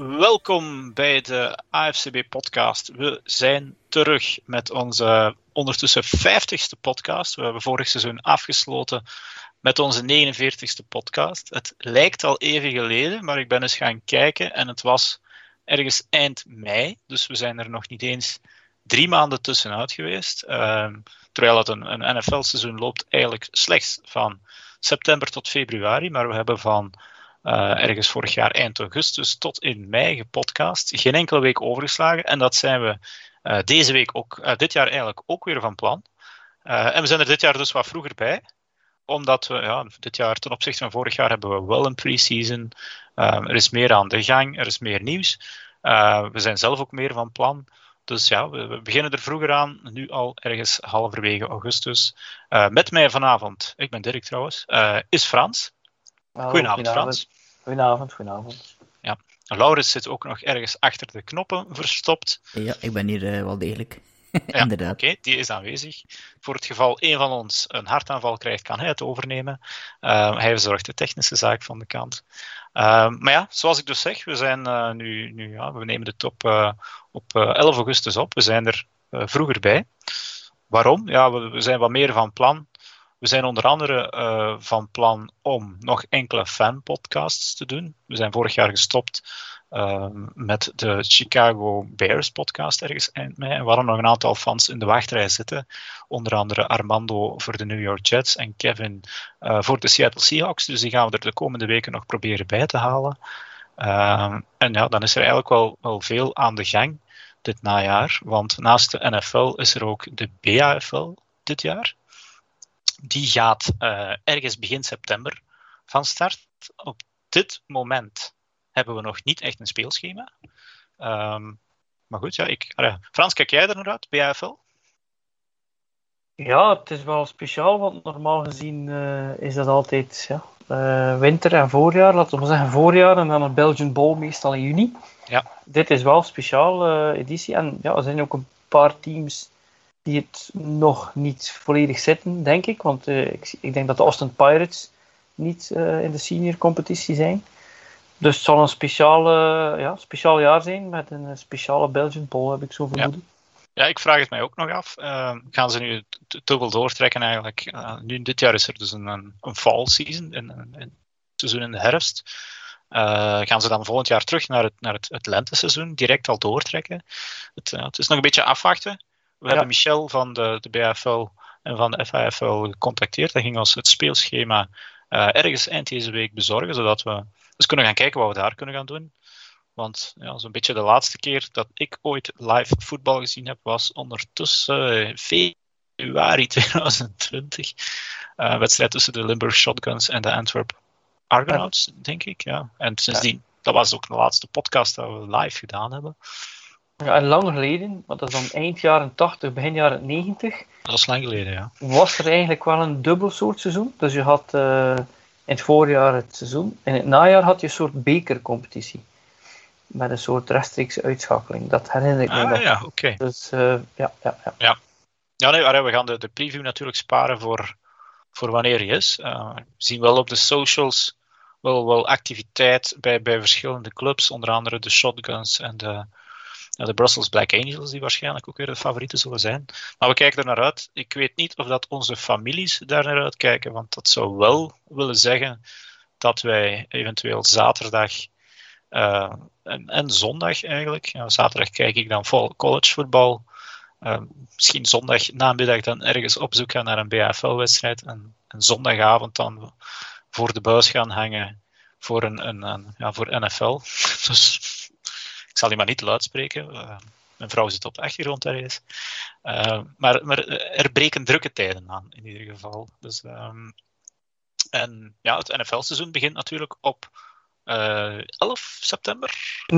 Welkom bij de AFCB-podcast. We zijn terug met onze ondertussen 50ste podcast. We hebben vorig seizoen afgesloten met onze 49ste podcast. Het lijkt al even geleden, maar ik ben eens gaan kijken en het was ergens eind mei. Dus we zijn er nog niet eens 3 maanden tussenuit geweest. Terwijl het een NFL-seizoen loopt eigenlijk slechts van september tot februari. Maar we hebben van ergens vorig jaar eind augustus tot in mei gepodcast. Geen enkele week overgeslagen. En dat zijn we deze week ook, dit jaar eigenlijk ook weer van plan. En we zijn er dit jaar dus wat vroeger bij. Omdat we, dit jaar ten opzichte van vorig jaar hebben we wel een pre-season. Er is meer aan de gang, er is meer nieuws. We zijn zelf ook meer van plan. Dus ja, we beginnen er vroeger aan, nu al ergens halverwege augustus. Met mij vanavond, ik ben Dirk trouwens, is Frans. Goedenavond, Frans. Goedenavond. Ja. Laurens zit ook nog ergens achter de knoppen verstopt. Ja, ik ben hier wel degelijk. Ja, inderdaad. Oké, die is aanwezig. Voor het geval een van ons een hartaanval krijgt, kan hij het overnemen. Hij verzorgt de technische zaak van de kant. Maar ja, zoals ik dus zeg, we zijn we nemen het op 11 augustus op. We zijn er vroeger bij. Waarom? Ja, we zijn wat meer van plan. We zijn onder andere van plan om nog enkele fanpodcasts te doen. We zijn vorig jaar gestopt met de Chicago Bears podcast ergens eind mei. En we hadden nog een aantal fans in de wachtrij zitten. Onder andere Armando voor de New York Jets en Kevin voor de Seattle Seahawks. Dus die gaan we er de komende weken nog proberen bij te halen. En ja, dan is er eigenlijk wel veel aan de gang dit najaar. Want naast de NFL is er ook de BAFL dit jaar. Die gaat ergens begin september van start. Op dit moment hebben we nog niet echt een speelschema. Maar goed, ja, Frans, kijk jij er naar uit, BAFL? Ja, het is wel speciaal, want normaal gezien is dat altijd winter en voorjaar. Laten we zeggen voorjaar en dan een Belgian Bowl meestal in juni. Ja. Dit is wel een speciale editie. En ja, er zijn ook een paar teams die het nog niet volledig zitten, denk ik. Want ik denk dat de Austin Pirates niet in de senior competitie zijn. Dus het zal een speciaal jaar zijn met een speciale Belgian Bowl, heb ik zo vermoeden. Ja, ik vraag het mij ook nog af. Gaan ze nu dubbel doortrekken eigenlijk? Nu, dit jaar is er dus een fall season, een seizoen in de herfst. Gaan ze dan volgend jaar terug naar het lenteseizoen, direct al doortrekken? Het is nog een beetje afwachten. We hebben Michel van de BAFL en van de FAFL gecontacteerd. Hij ging ons het speelschema ergens eind deze week bezorgen, zodat we dus kunnen gaan kijken wat we daar kunnen gaan doen. Want ja, zo'n beetje de laatste keer dat ik ooit live voetbal gezien heb, was ondertussen februari 2020. Wedstrijd tussen de Limburg Shotguns en de Antwerp Argonauts, denk ik. Ja. En sindsdien, dat was ook de laatste podcast dat we live gedaan hebben. Ja, en lang geleden, want dat is dan eind jaren 80, begin jaren 90. Dat is lang geleden, ja. Was er eigenlijk wel een dubbel soort seizoen. Dus je had in het voorjaar het seizoen. In het najaar had je een soort bekercompetitie. Met een soort rechtstreekse uitschakeling. Dat herinner ik me nog. Ja, oké. Dus Ja, nee, we gaan de preview natuurlijk sparen voor wanneer hij is. We zien wel op de socials wel activiteit bij verschillende clubs. Onder andere de Shotguns en de Brussels Black Angels, die waarschijnlijk ook weer de favorieten zullen zijn. Maar we kijken er naar uit. Ik weet niet of dat onze families daar naar uitkijken, want dat zou wel willen zeggen dat wij eventueel zaterdag en zondag eigenlijk. Ja, zaterdag kijk ik dan vol collegevoetbal. Misschien zondag namiddag dan ergens op zoek gaan naar een BAFL-wedstrijd. En zondagavond dan voor de buis gaan hangen voor voor NFL. Dus ik zal die maar niet luid spreken. Mijn vrouw zit op de achtergrond ergens. Maar er breken drukke tijden aan, in ieder geval. Dus, en ja, het NFL-seizoen begint natuurlijk op 11 september?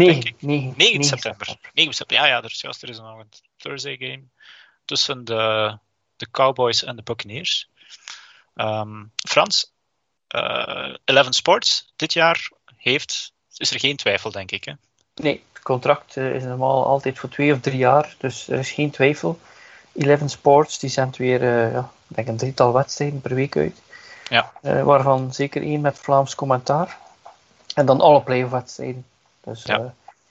9 september. 9 september. Ja, er is nog een Thursday game tussen de Cowboys en de Buccaneers. Frans, 11 Sports dit jaar is er geen twijfel, denk ik, hè? Nee, het contract is normaal altijd voor 2 of 3 jaar, dus er is geen twijfel. 11 Sports, die zendt weer ik denk een 3-tal wedstrijden per week uit. Ja. Waarvan zeker 1 met Vlaams commentaar. En dan alle playoff wedstrijden. Dus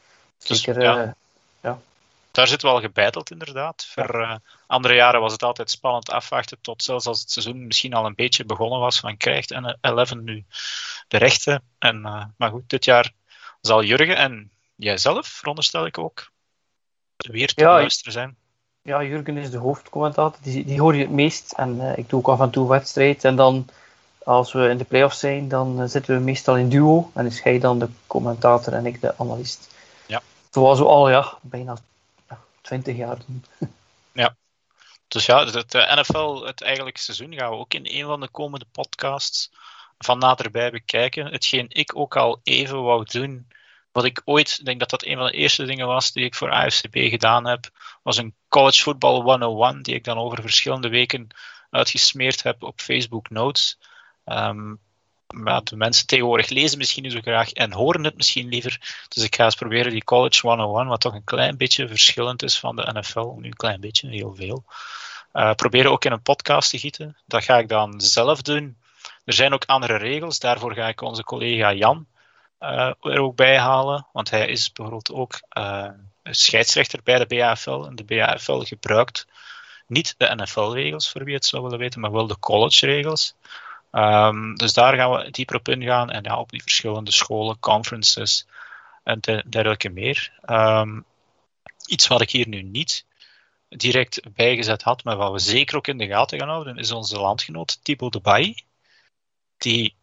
Zeker, Dus, daar zit wel gebeiteld, inderdaad. Voor andere jaren was het altijd spannend afwachten, tot zelfs als het seizoen misschien al een beetje begonnen was, van krijgt Eleven nu de rechten. Maar goed, dit jaar zal Jurgen en jijzelf, veronderstel ik ook, weer te beluisteren zijn. Ja, Jurgen is de hoofdcommentator. Die hoor je het meest. En ik doe ook af en toe wedstrijd. En dan, als we in de play-offs zijn, dan zitten we meestal in duo. En is hij dan de commentator en ik de analist. Ja. Zoals we al bijna 20 jaar doen. Ja. Dus ja, het NFL, het eigenlijke seizoen, gaan we ook in een van de komende podcasts van naderbij bekijken. Hetgeen ik ook al even wou doen, wat ik ooit, ik denk dat dat een van de eerste dingen was die ik voor AFCB gedaan heb, was een College Football 101, die ik dan over verschillende weken uitgesmeerd heb op Facebook Notes. Maar de mensen tegenwoordig lezen misschien niet zo graag en horen het misschien liever. Dus ik ga eens proberen die College 101, wat toch een klein beetje verschillend is van de NFL, nu een klein beetje, heel veel, proberen ook in een podcast te gieten. Dat ga ik dan zelf doen. Er zijn ook andere regels, daarvoor ga ik onze collega Jan er ook bij halen, want hij is bijvoorbeeld ook scheidsrechter bij de BAFL en de BAFL gebruikt niet de NFL-regels, voor wie het zou willen weten, maar wel de college-regels. Dus daar gaan we dieper op ingaan en op die verschillende scholen, conferences en dergelijke meer. Iets wat ik hier nu niet direct bijgezet had, maar wat we zeker ook in de gaten gaan houden, is onze landgenoot Thibaut de Bailly, die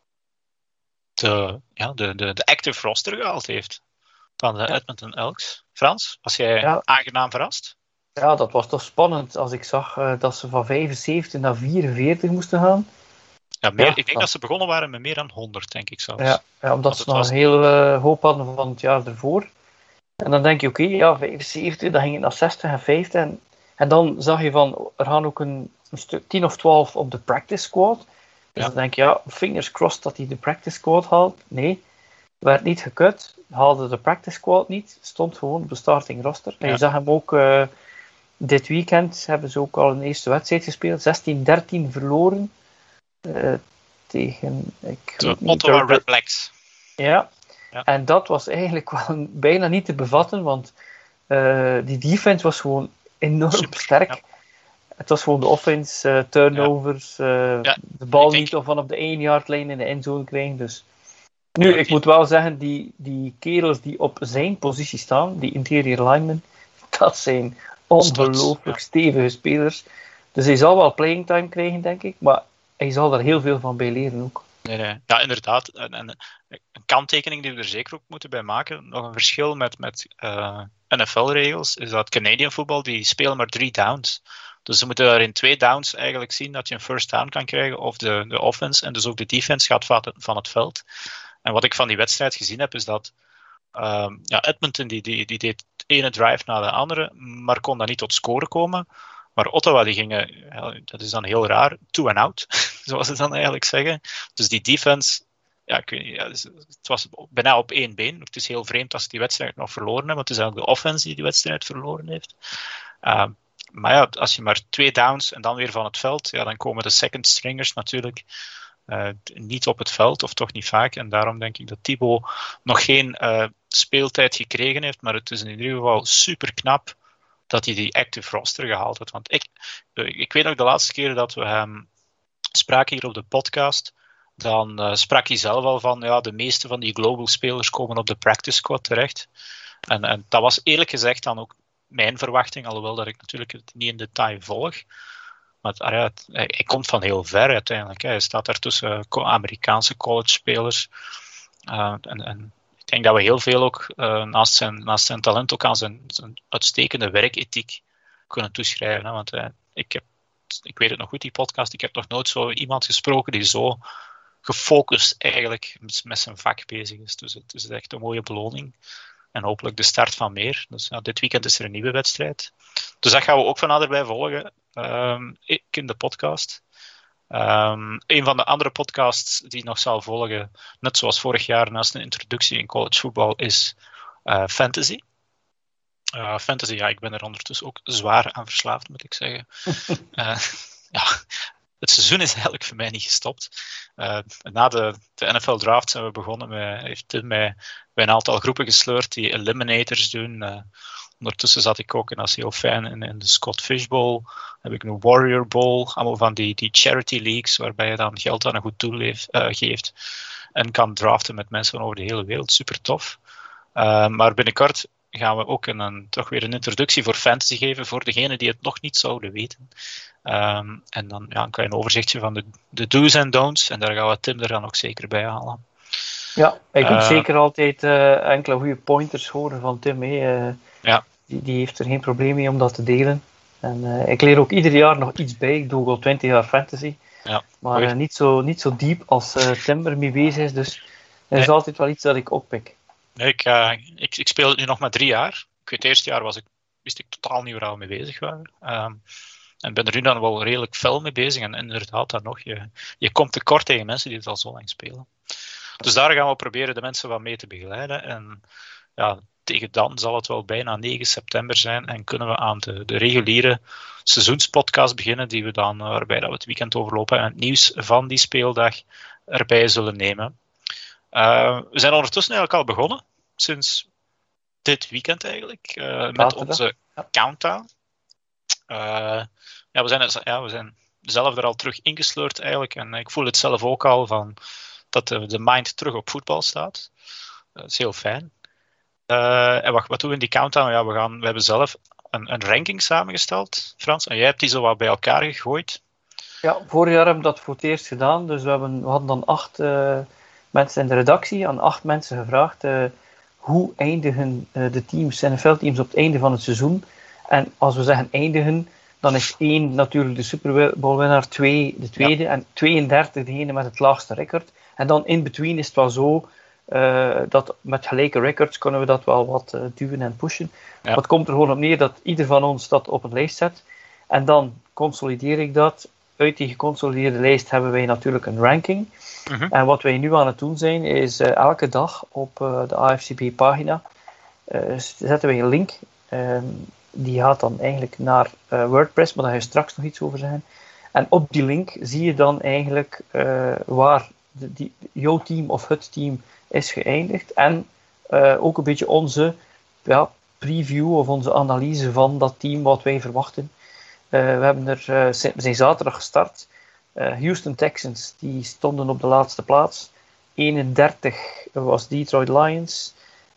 de active roster gehaald heeft van de Edmonton Elks. Frans, was jij aangenaam verrast? Ja, dat was toch spannend als ik zag dat ze van 75 naar 44 moesten gaan. Ja, ik denk dat ze begonnen waren met meer dan 100, denk ik zelfs. Ja, omdat ze nog een hele hoop hadden van het jaar ervoor. En dan denk je, oké, 75, dan ging het naar 60 en 50. En dan zag je van, er gaan ook een stuk 10 of 12 op de practice squad. Dus dan denk je, fingers crossed dat hij de practice squad haalt. Nee, werd niet gekut. Haalde de practice squad niet. Stond gewoon op de starting roster. En je zag hem ook dit weekend, hebben ze ook al een eerste wedstrijd gespeeld. 16-13 verloren. Tegen de Ottawa Red Blacks. Ja, en dat was eigenlijk wel bijna niet te bevatten, want die defense was gewoon enorm sterk. Ja. Het was gewoon de offense, turnovers, de bal niet of van op de 1-yard-lijn in de endzone krijgen. Dus. Nu, ik moet wel zeggen, die kerels die op zijn positie staan, die interior linemen, dat zijn ongelooflijk stevige spelers. Dus hij zal wel playing time krijgen, denk ik, maar hij zal er heel veel van bij leren ook. Nee. Ja, inderdaad. En een kanttekening die we er zeker ook moeten bij maken, nog een verschil met NFL-regels, is dat Canadian voetbal, die spelen maar 3 downs. Dus ze moeten daar in 2 downs eigenlijk zien dat je een first down kan krijgen, of de offense en dus ook de defense gaat van het veld. En wat ik van die wedstrijd gezien heb, is dat Edmonton die deed de ene drive na de andere, maar kon dan niet tot scoren komen. Maar Ottawa, die gingen, dat is dan heel raar, 2-and-out, zoals ze dan eigenlijk zeggen. Dus die defense, ik weet niet, het was bijna op 1 been. Het is heel vreemd dat ze die wedstrijd nog verloren hebben, want het is eigenlijk de offense die wedstrijd verloren heeft. Maar als je maar 2 downs en dan weer van het veld, dan komen de second stringers natuurlijk niet op het veld, of toch niet vaak. En daarom denk ik dat Thibaut nog geen speeltijd gekregen heeft, maar het is in ieder geval super knap dat hij die active roster gehaald had. Want ik weet nog de laatste keer dat we hem spraken hier op de podcast, dan sprak hij zelf al van, de meeste van die global spelers komen op de practice squad terecht. En dat was eerlijk gezegd dan ook mijn verwachting, alhoewel dat ik natuurlijk het niet in detail volg. Maar hij komt van heel ver uiteindelijk. Hij staat daar tussen Amerikaanse college spelers. En ik denk dat we heel veel ook naast zijn talent ook aan zijn uitstekende werkethiek kunnen toeschrijven. Hè? Want ik weet het nog goed, die podcast. Ik heb nog nooit zo iemand gesproken die zo gefocust eigenlijk met zijn vak bezig is. Dus het is echt een mooie beloning. En hopelijk de start van meer. Dus dit weekend is er een nieuwe wedstrijd. Dus dat gaan we ook van naderbij volgen. In de podcast. Een van de andere podcasts die nog zal volgen, net zoals vorig jaar naast een introductie in college voetbal, is Fantasy. Fantasy, ik ben er ondertussen ook zwaar aan verslaafd, moet ik zeggen. het seizoen is eigenlijk voor mij niet gestopt. Na de NFL draft zijn we begonnen heeft Tim mij bij een aantal groepen gesleurd die eliminators doen. Ondertussen zat ik ook, en dat is heel fijn, in de Scott Fish Bowl. Heb ik een Warrior Bowl. Allemaal van die charity leagues, waarbij je dan geld aan een goed doel geeft. En kan draften met mensen van over de hele wereld. Super tof. Maar binnenkort gaan we ook toch weer een introductie voor fantasy geven voor degenen die het nog niet zouden weten. En dan kan je een overzichtje van de do's en don'ts. En daar gaan we Tim er dan ook zeker bij halen. Ja, ik moet zeker altijd enkele goede pointers horen van Tim. Ja. Die heeft er geen probleem mee om dat te delen. En ik leer ook ieder jaar nog iets bij. Ik doe al 20 jaar fantasy. Ja, maar niet zo diep als Tim ermee bezig is. Dus er is altijd wel iets dat ik oppik. Nee, ik speel het nu nog maar 3 jaar. Ik weet, het eerste jaar wist ik totaal niet waar we mee bezig waren. En ben er nu dan wel redelijk fel mee bezig. En inderdaad, dan nog, je komt tekort tegen mensen die het al zo lang spelen. Dus daar gaan we proberen de mensen wat mee te begeleiden. En ja, tegen dan zal het wel bijna 9 september zijn. En kunnen we aan de reguliere seizoenspodcast beginnen. Die we dan, waarbij dat we het weekend overlopen. En het nieuws van die speeldag erbij zullen nemen. We zijn ondertussen eigenlijk al begonnen. Sinds dit weekend eigenlijk. Met onze countdown. We zijn zelf er al terug ingesleurd eigenlijk. En ik voel het zelf ook al van dat de mind terug op voetbal staat. Dat is heel fijn. En wat doen we in die countdown? Ja, we hebben zelf een ranking samengesteld, Frans. En jij hebt die zo wat bij elkaar gegooid. Ja, vorig jaar hebben we dat voor het eerst gedaan. Dus we hadden dan 8 mensen in de redactie, aan 8 mensen gevraagd hoe eindigen de teams, NFL-teams op het einde van het seizoen. En als we zeggen eindigen, dan is 1 natuurlijk de Super Bowl-winnaar, 2 de tweede en 32 degene met het laagste record. En dan in between is het wel zo dat met gelijke records kunnen we dat wel wat duwen en pushen. Ja. Maar het komt er gewoon op neer dat ieder van ons dat op een lijst zet. En dan consolideer ik dat. Uit die geconsolideerde lijst hebben wij natuurlijk een ranking. Mm-hmm. En wat wij nu aan het doen zijn, is elke dag op de AFCB-pagina zetten wij een link. Die gaat dan eigenlijk naar WordPress, maar daar ga je straks nog iets over zeggen. En op die link zie je dan eigenlijk waar jouw team of het team is geëindigd. En ook een beetje onze preview of onze analyse van dat team, wat wij verwachten. We zijn zaterdag gestart. Houston Texans, die stonden op de laatste plaats. 31 was Detroit Lions.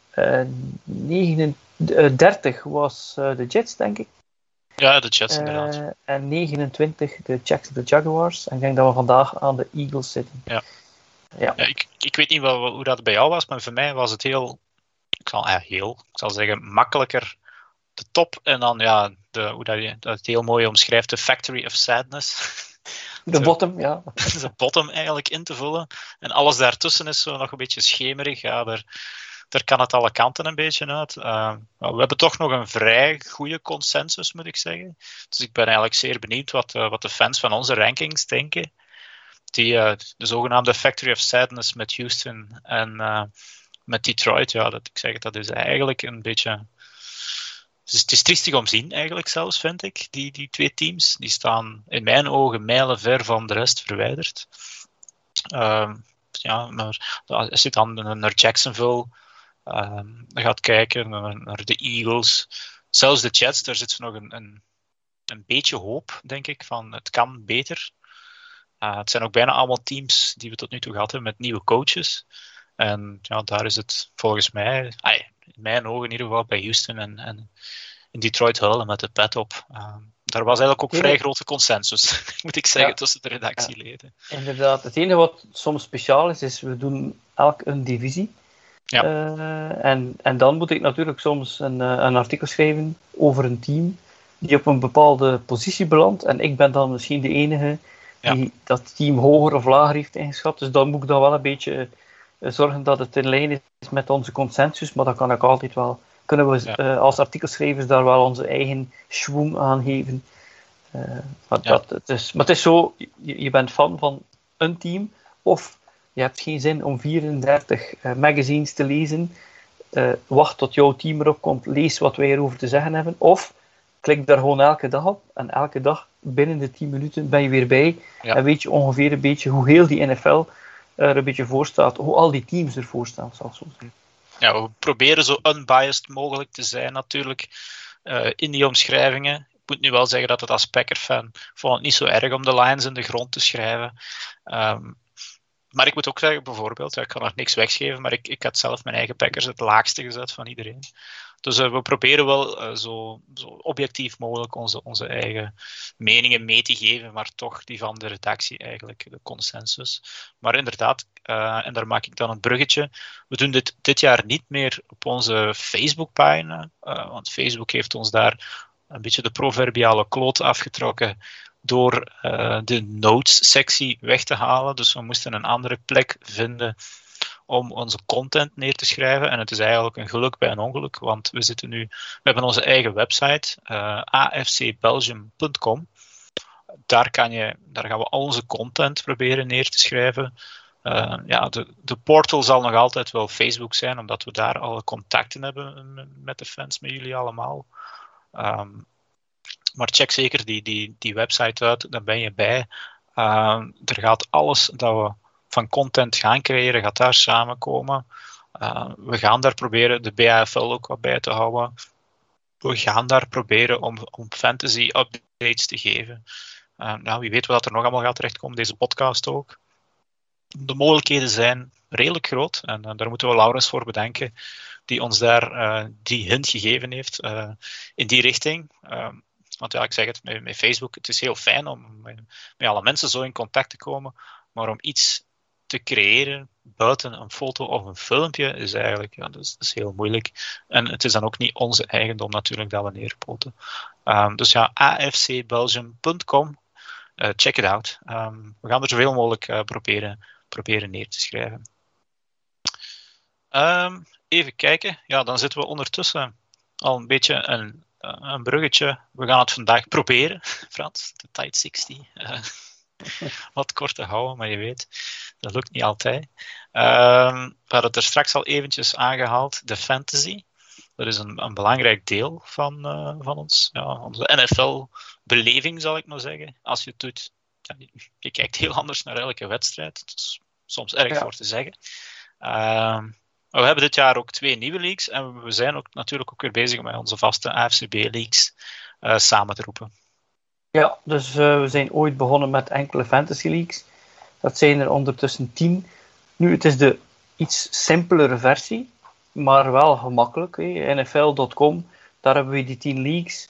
30 was de Jets, denk ik. Ja, de Jets inderdaad. En 29 de Jacksonville Jaguars. En ik denk dat we vandaag aan de Eagles zitten. Ja. Ik weet niet hoe dat bij jou was, maar voor mij was het ik zal zeggen, makkelijker de top. En dan, hoe dat het heel mooi omschrijft, de Factory of Sadness. De bottom, ja. De bottom eigenlijk in te vullen. En alles daartussen is zo nog een beetje schemerig. Ja, daar kan het alle kanten een beetje uit. We hebben toch nog een vrij goede consensus, moet ik zeggen. Dus ik ben eigenlijk zeer benieuwd wat de fans van onze rankings denken. De zogenaamde Factory of Sadness met Houston en met Detroit. Ja, dat is eigenlijk een beetje... Het is triestig om te zien, eigenlijk zelfs, vind ik, die 2 teams. Die staan in mijn ogen mijlenver van de rest verwijderd. Maar als je dan naar Jacksonville gaat kijken, naar de Eagles, zelfs de Jets, daar zit nog een beetje hoop, denk ik, van het kan beter. Het zijn ook bijna allemaal teams die we tot nu toe gehad hebben met nieuwe coaches. En daar is het volgens mij, in mijn ogen in ieder geval, bij Houston en in Detroit huilen met de pet op. Daar was eigenlijk ook vrij grote consensus, moet ik zeggen, tussen de redactieleden. Ja, inderdaad. Het enige wat soms speciaal is we doen elk een divisie. Ja. En dan moet ik natuurlijk soms een artikel schrijven over een team die op een bepaalde positie belandt. En ik ben dan misschien de enige die dat team hoger of lager heeft ingeschat. Dus dan moet ik dan wel een beetje zorgen dat het in lijn is met onze consensus. Maar dat kan ik altijd wel. Kunnen we als artikelschrijvers daar wel onze eigen schwung aan geven. Maar het is zo, je bent fan van een team, of je hebt geen zin om 34 magazines te lezen. Wacht tot jouw team erop komt, lees wat wij erover te zeggen hebben. Of klik daar gewoon elke dag op. En elke dag, binnen de 10 minuten, ben je weer bij. Ja. En weet je ongeveer een beetje hoe heel die NFL er een beetje voor staat. Hoe al die teams ervoor staan, zal ik zo zeggen. Ja, we proberen zo unbiased mogelijk te zijn natuurlijk in die omschrijvingen. Ik moet nu wel zeggen dat het als Packer-fan vond het niet zo erg om de Lions in de grond te schrijven. Maar ik moet ook zeggen, bijvoorbeeld, ik kan nog niks weggeven, maar ik had zelf mijn eigen Packers het laagste gezet van iedereen. Dus we proberen wel zo objectief mogelijk onze eigen meningen mee te geven, maar toch die van de redactie eigenlijk, de consensus. Maar inderdaad, en daar maak ik dan een bruggetje, we doen dit jaar niet meer op onze Facebookpagina, want Facebook heeft ons daar een beetje de proverbiale kloot afgetrokken door de notes-sectie weg te halen. Dus we moesten een andere plek vinden om onze content neer te schrijven. En het is eigenlijk een geluk bij een ongeluk, want we hebben onze eigen website, afcbelgium.com. Daar gaan we al onze content proberen neer te schrijven. De portal zal nog altijd wel Facebook zijn, omdat we daar alle contacten hebben met de fans, met jullie allemaal. Maar check zeker die website uit, daar ben je bij. Er gaat alles dat we van content gaan creëren, gaat daar samenkomen. We gaan daar proberen de BAFL ook wat bij te houden. We gaan daar proberen om fantasy updates te geven. Wie weet wat er nog allemaal gaat terechtkomen, deze podcast ook. De mogelijkheden zijn redelijk groot en daar moeten we Laurens voor bedanken, die ons daar die hint gegeven heeft in die richting. Want ja, ik zeg het, met Facebook, het is heel fijn om met alle mensen zo in contact te komen, maar om iets te creëren buiten een foto of een filmpje is eigenlijk, dat is heel moeilijk. En het is dan ook niet onze eigendom natuurlijk dat we neerpoten. Dus ja, afcbelgium.com, check it out. We gaan er zoveel mogelijk proberen neer te schrijven. Even kijken. Ja, dan zitten we ondertussen al een beetje een bruggetje. We gaan het vandaag proberen, Frans, de Tide 60. Wat kort te houden, maar je weet, dat lukt niet altijd. We hadden het er straks al eventjes aangehaald, de fantasy. Dat is een belangrijk deel van ons, onze NFL-beleving, zal ik maar zeggen. Als je het doet, je kijkt heel anders naar elke wedstrijd. Dat is soms erg voor te zeggen. We hebben dit jaar ook 2 nieuwe leagues en we zijn ook natuurlijk ook weer bezig met onze vaste AFCB-leagues samen te roepen. Ja, dus we zijn ooit begonnen met enkele fantasy leagues. Dat zijn er ondertussen 10. Nu, het is de iets simpelere versie, maar wel gemakkelijk. NFL.com, daar hebben we die 10 leagues.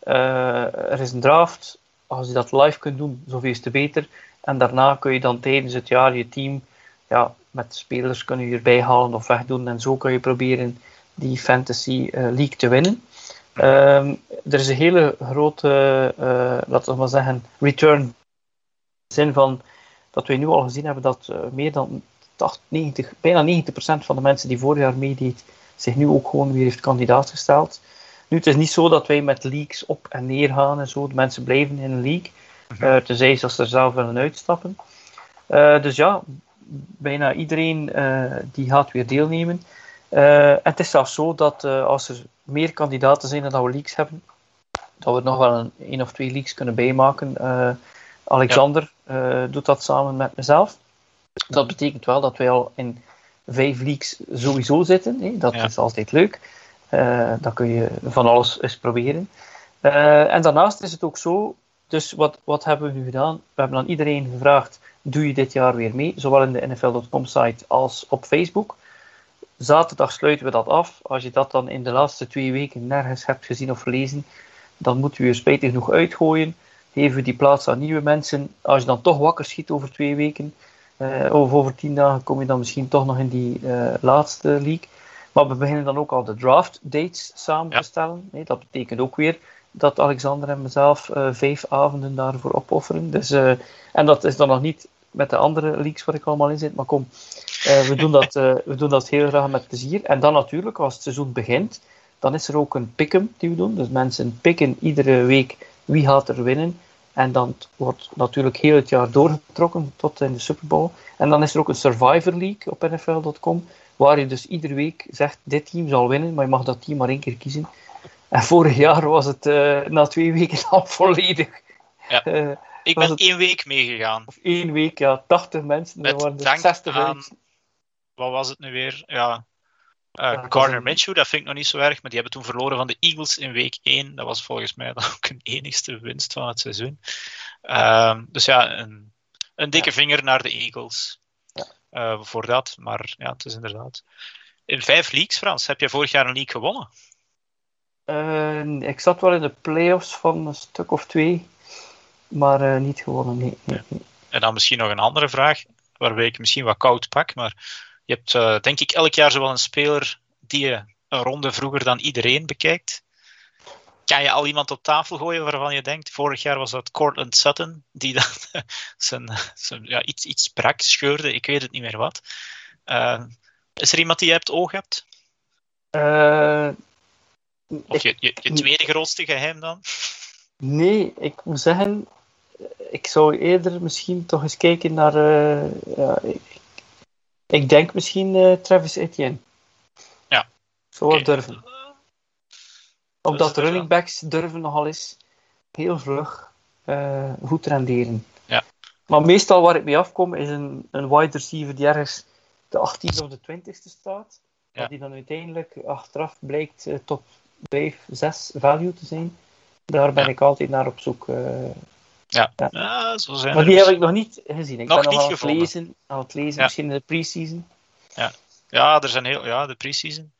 Er is een draft. Als je dat live kunt doen, zoveel te beter. En daarna kun je dan tijdens het jaar je team met spelers kunnen je erbij halen of wegdoen. En zo kun je proberen die fantasy league te winnen. Er is een hele grote, laten we maar zeggen, return. In de zin van dat we nu al gezien hebben dat meer dan bijna 90% van de mensen die vorig jaar meedeed, zich nu ook gewoon weer heeft kandidaat gesteld. Nu, het is niet zo dat wij met leagues op en neer gaan en zo. De mensen blijven in een league. Tenzij ze er zelf willen uitstappen. Dus ja, bijna iedereen die gaat weer deelnemen. En het is zelfs zo dat als er meer kandidaten zijn dan we leagues hebben, dat we nog wel een of 2 leagues kunnen bijmaken. Alexander doet dat samen met mezelf. Dat betekent wel dat wij al in 5 leagues sowieso zitten. Hè. Dat is altijd leuk. Dan kun je van alles eens proberen. En daarnaast is het ook zo, dus wat hebben we nu gedaan? We hebben aan iedereen gevraagd, doe je dit jaar weer mee? Zowel in de NFL.com site als op Facebook. Zaterdag sluiten we dat af. Als je dat dan in de laatste 2 weken nergens hebt gezien of gelezen, dan moeten we je spijtig genoeg uitgooien. Geven we die plaats aan nieuwe mensen. Als je dan toch wakker schiet over 2 weken, of over 10 dagen, kom je dan misschien toch nog in die laatste league. Maar we beginnen dan ook al de draft dates samen te stellen. Nee, dat betekent ook weer dat Alexander en mezelf 5 avonden daarvoor opofferen. Dus, en dat is dan nog niet met de andere leagues waar ik allemaal in zit. Maar kom, we doen dat heel graag met plezier. En dan natuurlijk, als het seizoen begint, dan is er ook een pick-em die we doen. Dus mensen picken iedere week wie gaat er winnen. En dan wordt natuurlijk heel het jaar doorgetrokken tot in de Super Bowl. En dan is er ook een Survivor League op NFL.com, waar je dus iedere week zegt, dit team zal winnen, maar je mag dat team maar 1 keer kiezen. En vorig jaar was het na 2 weken al volledig. Ja. Ik ben 1 week meegegaan. Of 1 week, ja, 80 mensen. Er waren er 60 aan, wat was het nu weer? Ja, Ja, Gardner Minshew, dat vind ik nog niet zo erg, maar die hebben toen verloren van de Eagles in week 1. Dat was volgens mij dan ook hun enigste winst van het seizoen. Dus ja, een dikke vinger naar de Eagles. Voor dat, maar ja, het is inderdaad. In 5 leagues, Frans, heb jij vorig jaar een league gewonnen? Ik zat wel in de playoffs van een stuk of 2, maar niet gewonnen, nee. En dan misschien nog een andere vraag, waarbij ik misschien wat koud pak, maar je hebt denk ik elk jaar zowel een speler die je een ronde vroeger dan iedereen bekijkt. Kan je al iemand op tafel gooien waarvan je denkt, vorig jaar was dat Courtland Sutton, die dan iets brak, scheurde, ik weet het niet meer wat. Is er iemand die je op het oog hebt? Of je tweede grootste geheim dan? Nee, ik moet zeggen, ik zou eerder misschien toch eens kijken naar... ik denk misschien Travis Etienne. Ja. Zou wel durven. Omdat de running backs durven nogal eens heel vlug goed renderen. Ja. Maar meestal waar ik mee afkom is een wide receiver die ergens de 18e of de 20e staat. Ja. Die dan uiteindelijk achteraf blijkt top 5, 6 value te zijn. Daar ben ik altijd naar op zoek. Ja, zo zijn maar die heb ik nog niet gezien. Ik nog ben niet nog aan het lezen, misschien in de pre-season. Ja, er zijn de pre-season.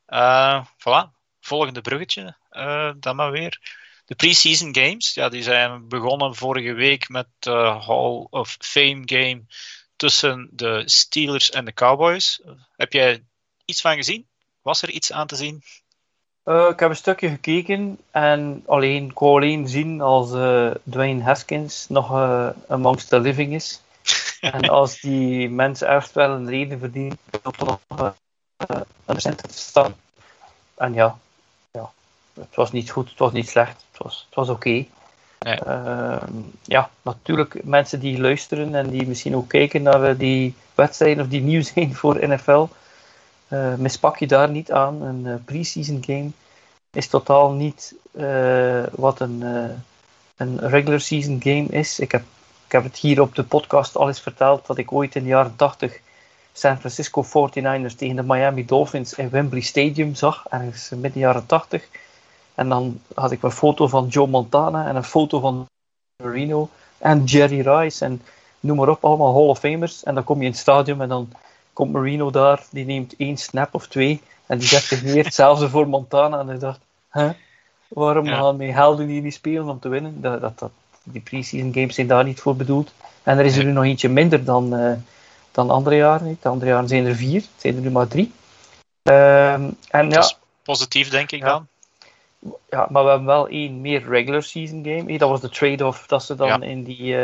Voilà, volgende bruggetje dan maar weer. De pre-season games, ja, die zijn begonnen vorige week met de Hall of Fame game tussen de Steelers en de Cowboys. Heb jij iets van gezien? Was er iets aan te zien? Ik heb een stukje gekeken en ik kon alleen zien als Dwayne Haskins nog amongst the living is. En als die mensen echt wel een reden verdienen om nog aan de center te staan. En ja, het was niet goed, het was niet slecht, het was oké. Nee. Ja, natuurlijk mensen die luisteren en die misschien ook kijken naar die wedstrijden of die nieuw zijn voor NFL. Mispak je daar niet aan. Een pre-season game is totaal niet wat een regular season game is. Ik heb het hier op de podcast al eens verteld dat ik ooit in de jaren 80 San Francisco 49ers tegen de Miami Dolphins in Wembley Stadium zag, ergens midden jaren 80. En dan had ik een foto van Joe Montana en een foto van Marino en Jerry Rice en noem maar op, allemaal Hall of Famers. En dan kom je in het stadion en dan komt Marino daar, die neemt 1 snap of 2 en die zet zich neer, hetzelfde voor Montana. En ik dacht, waarom gaan mijn helden hier niet spelen om te winnen? Die pre-season games zijn daar niet voor bedoeld. En er is er nu nog eentje minder dan andere jaren. De andere jaren zijn er 4, het zijn er nu maar 3. Dat is positief, denk ik dan. Ja, maar we hebben wel 1 meer regular season game. Dat was de trade-off dat ze dan in die...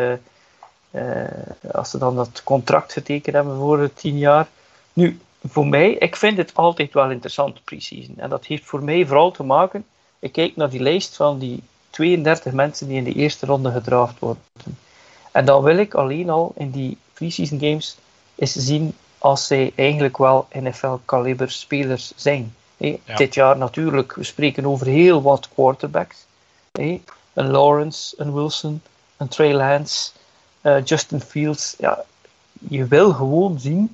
als ze dan dat contract getekend hebben voor 10 jaar. Nu, voor mij, ik vind het altijd wel interessant, pre-season. En dat heeft voor mij vooral te maken... Ik kijk naar die lijst van die 32 mensen die in de eerste ronde gedraft worden. En dan wil ik alleen al in die pre-season games eens zien als zij eigenlijk wel NFL-kaliber spelers zijn. Dit jaar natuurlijk, we spreken over heel wat quarterbacks. Een Lawrence, een Wilson, een Trey Lance, Justin Fields. Ja, je wil gewoon zien,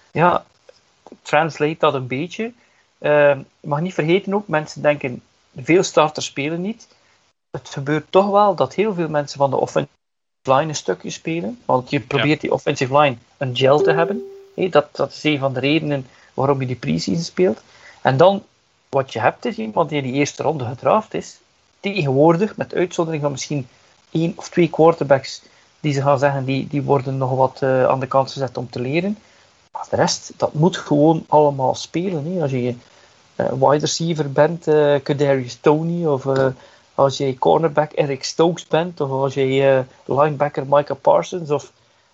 translate dat een beetje. Je mag niet vergeten ook, mensen denken, veel starters spelen niet. Het gebeurt toch wel dat heel veel mensen van de offensive line een stukje spelen. Want je probeert die offensive line een gel te hebben. Dat is een van de redenen waarom je die pre-season speelt. En dan, wat je hebt is iemand die in die eerste ronde gedraft is. Tegenwoordig, met uitzondering van misschien 1 of 2 quarterbacks die ze gaan zeggen, die worden nog wat aan de kant gezet om te leren. Maar de rest, dat moet gewoon allemaal spelen. Als je wide receiver bent, Kadarius Toney, of als je cornerback Eric Stokes bent, of als je linebacker Micah Parsons, of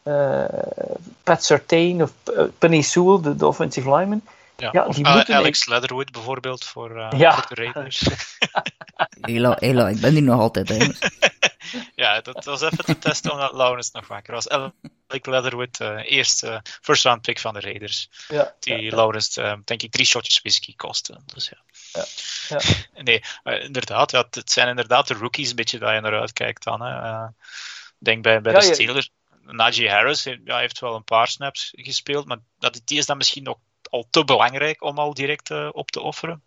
Pat Surtain, of Penei Sewell, de offensive lineman. Ja, of die moeten Alex Leatherwood bijvoorbeeld voor de Raiders. Hela, ik ben hier nog altijd, hè. Ja, dat was even te testen omdat Laurens nog wakker was. Blake Leatherwood, eerste first round pick van de Raiders. Ja, Die Lawrence, denk ik, 3 shotjes whisky kostte. Dus ja. Nee, inderdaad, het zijn inderdaad de rookies een beetje dat je naar uitkijkt dan. Ik denk bij de Steelers, Najee Harris heeft wel een paar snaps gespeeld, maar die is dan misschien nog al te belangrijk om al direct op te offeren.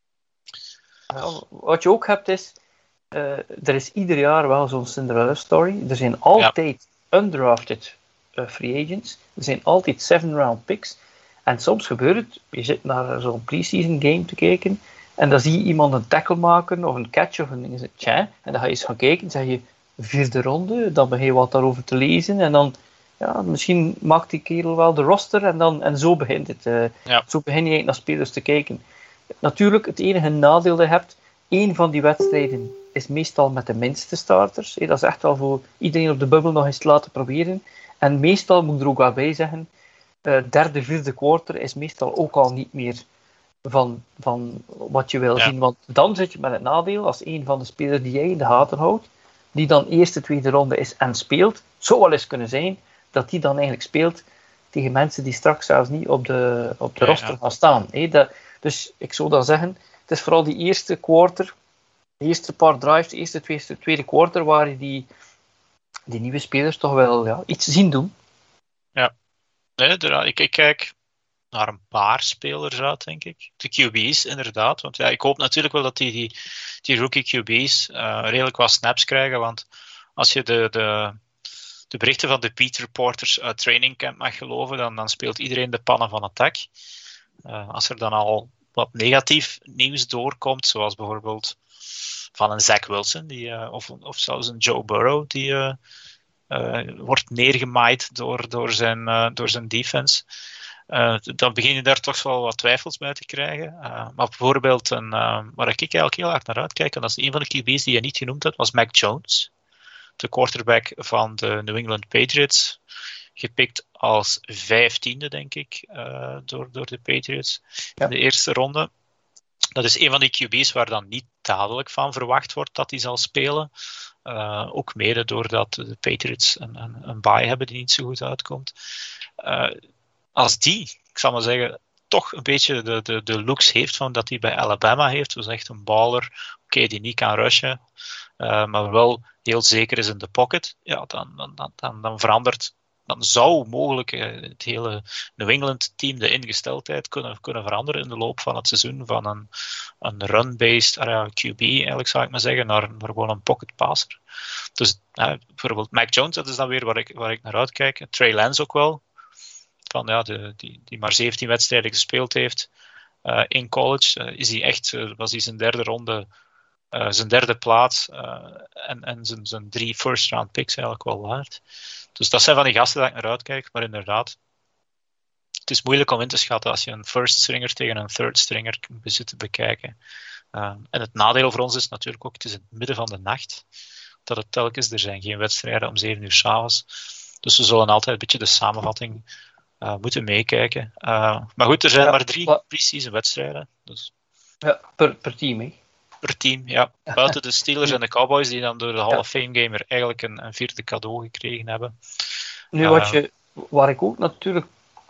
Wat je ook hebt is, er is ieder jaar wel zo'n Cinderella story. Er zijn altijd undrafted free agents. Er zijn altijd 7th-round picks. En soms gebeurt het, je zit naar zo'n pre-season game te kijken en dan zie je iemand een tackle maken of een catch of een en dan ga je eens gaan kijken en zeg je 4e ronde, dan begin je wat daarover te lezen en dan misschien maakt die kerel wel de roster en zo begint het. Zo begin je naar spelers te kijken. Natuurlijk, het enige nadeel dat je hebt, 1 van die wedstrijden is meestal met de minste starters. Dat is echt wel voor iedereen op de bubbel nog eens te laten proberen. En meestal, moet ik er ook wel bij zeggen, 3e, 4e quarter is meestal ook al niet meer van wat je wil zien. Want dan zit je met het nadeel, als een van de spelers die jij in de gaten houdt, die dan eerste, 2e ronde is en speelt, zou wel eens kunnen zijn dat die dan eigenlijk speelt tegen mensen die straks zelfs niet op de roster gaan staan. Dus ik zou dan zeggen, het is vooral die eerste quarter, de eerste paar drives, de eerste, tweede quarter, waar je die nieuwe spelers toch wel iets zien doen. Ja, ik kijk naar een paar spelers uit, denk ik. De QB's, inderdaad. Want ik hoop natuurlijk wel dat die rookie QB's redelijk wat snaps krijgen, want als je de berichten van de beat reporters uit training camp mag geloven, dan speelt iedereen de pannen van attack. Als er dan al wat negatief nieuws doorkomt, zoals bijvoorbeeld van een Zach Wilson of zelfs een Joe Burrow die wordt neergemaaid door zijn defense, dan begin je daar toch wel wat twijfels bij te krijgen. Maar bijvoorbeeld waar ik eigenlijk heel hard naar uitkijk, en dat is een van de QB's die je niet genoemd hebt, was Mac Jones, de quarterback van de New England Patriots. Gepikt als 15e, denk ik, door de Patriots in de eerste ronde. Dat is een van die QB's waar dan niet dadelijk van verwacht wordt dat hij zal spelen. Ook mede doordat de Patriots een bye hebben die niet zo goed uitkomt. Als die, ik zal maar zeggen, toch een beetje de looks heeft van dat hij bij Alabama heeft, dus echt een baller, die niet kan rushen, maar wel heel zeker is in de pocket, dan verandert. Dan zou mogelijk het hele New England team de ingesteldheid kunnen veranderen in de loop van het seizoen van een run-based QB, eigenlijk zou ik maar zeggen, naar gewoon een pocket passer. Dus bijvoorbeeld Mac Jones, dat is dan weer waar ik naar uitkijk. Trey Lance ook wel, van die maar 17 wedstrijden gespeeld heeft in college, was hij zijn 3e ronde, zijn 3e plaats en zijn 3 first-round picks eigenlijk wel waard. Dus dat zijn van die gasten dat ik naar uitkijk, maar inderdaad, het is moeilijk om in te schatten als je een first stringer tegen een third stringer zit te bekijken. En het nadeel voor ons is natuurlijk ook, het is in het midden van de nacht dat het telkens, er zijn geen wedstrijden om 7 uur 's avonds, dus we zullen altijd een beetje de samenvatting moeten meekijken. Maar goed, er zijn maar 3 pre-season wedstrijden. Dus. Ja, per team, hè? Per team, ja. Buiten de Steelers en de Cowboys, die dan door de Hall of Fame Gamer eigenlijk een 4e cadeau gekregen hebben. Nu, waar ik ook natuurlijk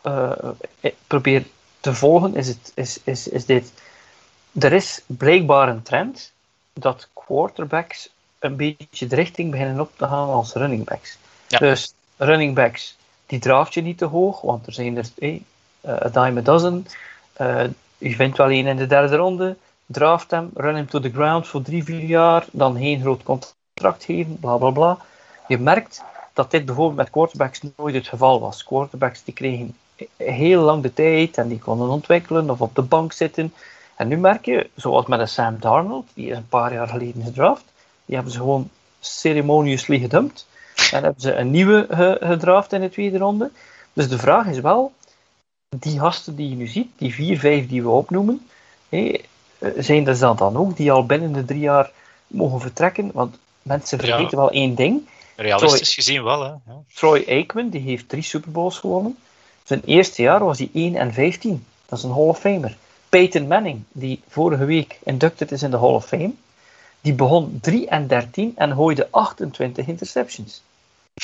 probeer te volgen, is dit. Er is blijkbaar een trend dat quarterbacks een beetje de richting beginnen op te gaan als running backs. Ja. Dus running backs, die draft je niet te hoog, want er zijn er a dime a dozen. Je vindt wel één in de 3e ronde. Draft hem, run hem to the ground voor 3-4 jaar, dan geen groot contract geven, bla bla bla. Je merkt dat dit bijvoorbeeld met quarterbacks nooit het geval was. Quarterbacks die kregen heel lang de tijd en die konden ontwikkelen of op de bank zitten. En nu merk je, zoals met een Sam Darnold, die is een paar jaar geleden gedraft, die hebben ze gewoon ceremoniously gedumpt en hebben ze een nieuwe gedraft in de 2e ronde. Dus de vraag is wel, die gasten die je nu ziet, die 4, 5 die we opnoemen, zijn er dan ook die al binnen de 3 jaar mogen vertrekken? Want mensen vergeten wel één ding. Realistisch gezien wel, hè. Ja. Troy Aikman, die heeft 3 Super Bowls gewonnen. Zijn eerste jaar was hij 1-15. Dat is een Hall of Famer. Peyton Manning, die vorige week inducted is in de Hall of Fame, die begon 3-13 en gooide 28 interceptions.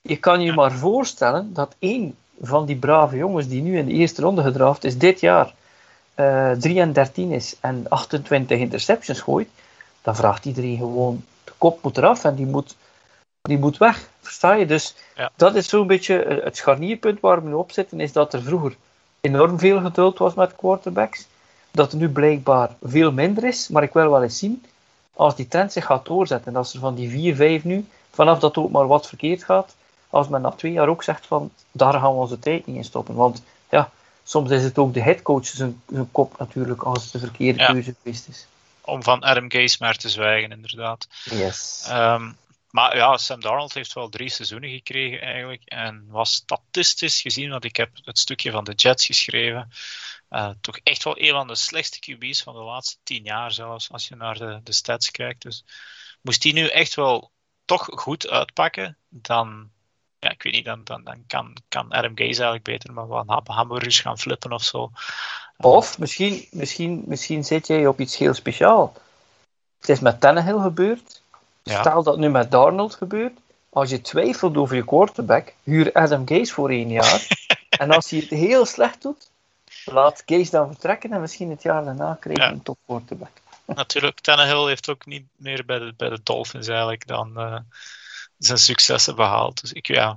je kan je maar voorstellen dat één van die brave jongens die nu in de eerste ronde gedraft is, dit jaar 3-13 is en 28 interceptions gooit, dan vraagt iedereen gewoon, de kop moet eraf en die moet weg. Versta je? Dus dat is zo'n beetje het scharnierpunt waar we nu op zitten, is dat er vroeger enorm veel geduld was met quarterbacks. Dat er nu blijkbaar veel minder is, maar ik wil wel eens zien, als die trend zich gaat doorzetten, als er van die 4, 5 nu, vanaf dat ook maar wat verkeerd gaat, als men na 2 jaar ook zegt van, daar gaan we onze tijd niet in stoppen. Want ja, soms is het ook de headcoach zijn kop natuurlijk, als het de verkeerde keuze geweest is. Om van Adam Gase maar te zwijgen, inderdaad. Yes. Maar ja, Sam Darnold heeft wel 3 seizoenen gekregen eigenlijk. En was statistisch gezien, want ik heb het stukje van de Jets geschreven, toch echt wel een van de slechtste QB's van de laatste 10 jaar zelfs, als je naar de stats kijkt. Dus moest die nu echt wel toch goed uitpakken, dan, ja, ik weet niet, dan kan Adam Gase eigenlijk beter maar wat hamburgers gaan flippen of zo. Of misschien zit jij op iets heel speciaals. Het is met Tannehill gebeurd. Ja. Stel dat nu met Darnold gebeurt. Als je twijfelt over je quarterback, huur Adam Gase voor 1 jaar. En als hij het heel slecht doet, laat Gase dan vertrekken en misschien het jaar daarna krijg je een top quarterback. Natuurlijk, Tannehill heeft ook niet meer bij de Dolphins eigenlijk dan zijn successen behaald. Dus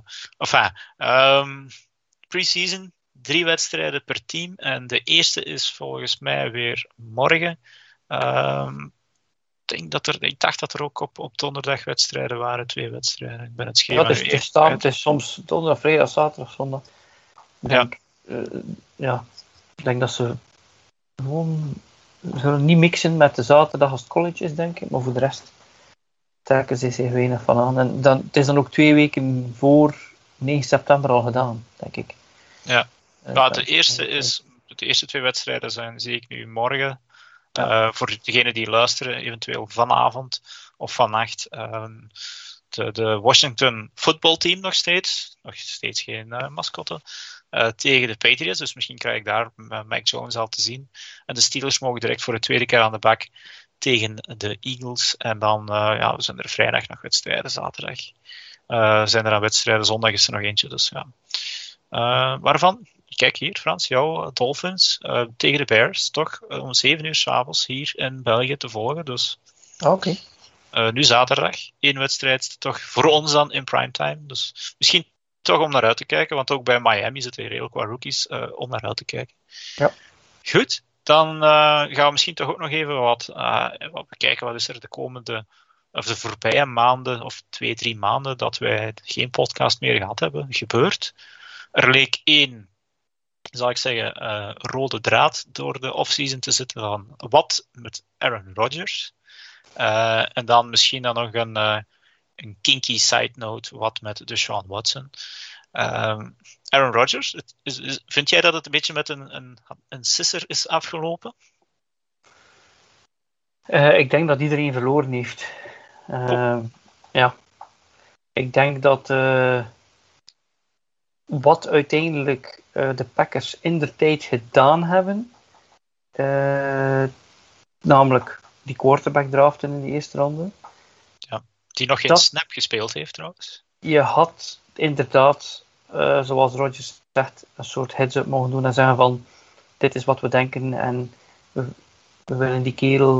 pre-season 3 wedstrijden per team en de eerste is volgens mij weer morgen. Ik dacht dat er ook op donderdag wedstrijden waren, 2 wedstrijden. Ik ben het schema het is soms donderdag, vrijdag, zaterdag, zondag. Ik denk dat ze gewoon zullen niet mixen met de zaterdag als het college is, denk ik. Maar voor de rest trekken ze zich weinig van aan. En het is dan ook 2 weken voor 9 september al gedaan, denk ik. Ja, de eerste 2 wedstrijden zie ik nu morgen. Voor degenen die luisteren, eventueel vanavond of vannacht. De Washington footballteam nog steeds geen mascotte, tegen de Patriots. Dus misschien krijg ik daar Mac Jones al te zien. En de Steelers mogen direct voor de tweede keer aan de bak tegen de Eagles. En dan zijn er vrijdag nog wedstrijden, zaterdag. Zijn er aan wedstrijden, zondag is er nog eentje. Dus ja. Waarvan? Kijk hier, Frans, jouw Dolphins tegen de Bears, toch om 7 uur 's avonds hier in België te volgen. Dus oké. Nu zaterdag, 1 wedstrijd toch voor ons dan in primetime. Dus misschien toch om naar uit te kijken, want ook bij Miami zitten er redelijk wat rookies om naar uit te kijken. Ja. Goed, dan gaan we misschien toch ook nog even wat bekijken. Wat is er de voorbije maanden of 2-3 maanden dat wij geen podcast meer gehad hebben gebeurd. Er leek 1, zal ik zeggen, rode draad door de offseason te zitten van wat met Aaron Rodgers. En dan misschien dan nog een kinky side note wat met Deshaun Watson. Aaron Rodgers, vind jij dat het een beetje met een sisser is afgelopen? Ik denk dat iedereen verloren heeft. Ja. Ik denk dat wat uiteindelijk de Packers indertijd gedaan hebben, namelijk die quarterback draften in de eerste ronde. Ja, die nog geen snap gespeeld heeft trouwens. Je had inderdaad, zoals Rodgers zegt, een soort heads-up mogen doen en zeggen van, dit is wat we denken en we willen die kerel...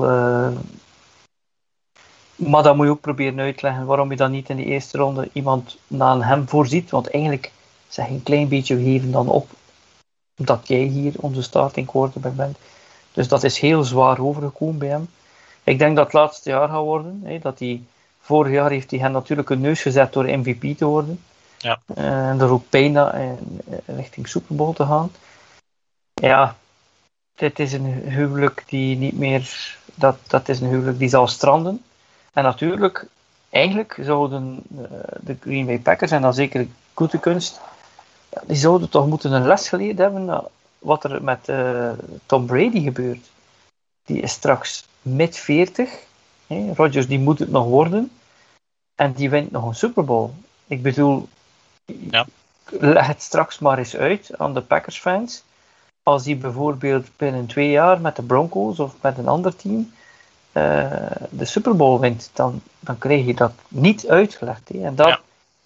maar dan moet je ook proberen uitleggen waarom je dan niet in de eerste ronde iemand na hem voorziet, want eigenlijk zeg je een klein beetje geven dan op dat jij hier onze starting quarterback bent. Dus dat is heel zwaar overgekomen bij hem. Ik denk dat het laatste jaar gaat worden. Vorig jaar heeft hij hen natuurlijk een neus gezet door MVP te worden. Ja. En er ook bijna richting Super Bowl te gaan. Ja, dit is een huwelijk die niet meer... Dat is een huwelijk die zal stranden. En natuurlijk, eigenlijk zouden de Green Bay Packers, en dan zeker Gutekunst, die zouden toch moeten een les geleerd hebben wat er met Tom Brady gebeurt. Die is straks mid-40. Rodgers die moet het nog worden. En die wint nog een Super Bowl. Ik bedoel, leg het straks maar eens uit aan de Packers fans. Als die bijvoorbeeld binnen 2 jaar met de Broncos of met een ander team de Super Bowl wint, dan krijg je dat niet uitgelegd. En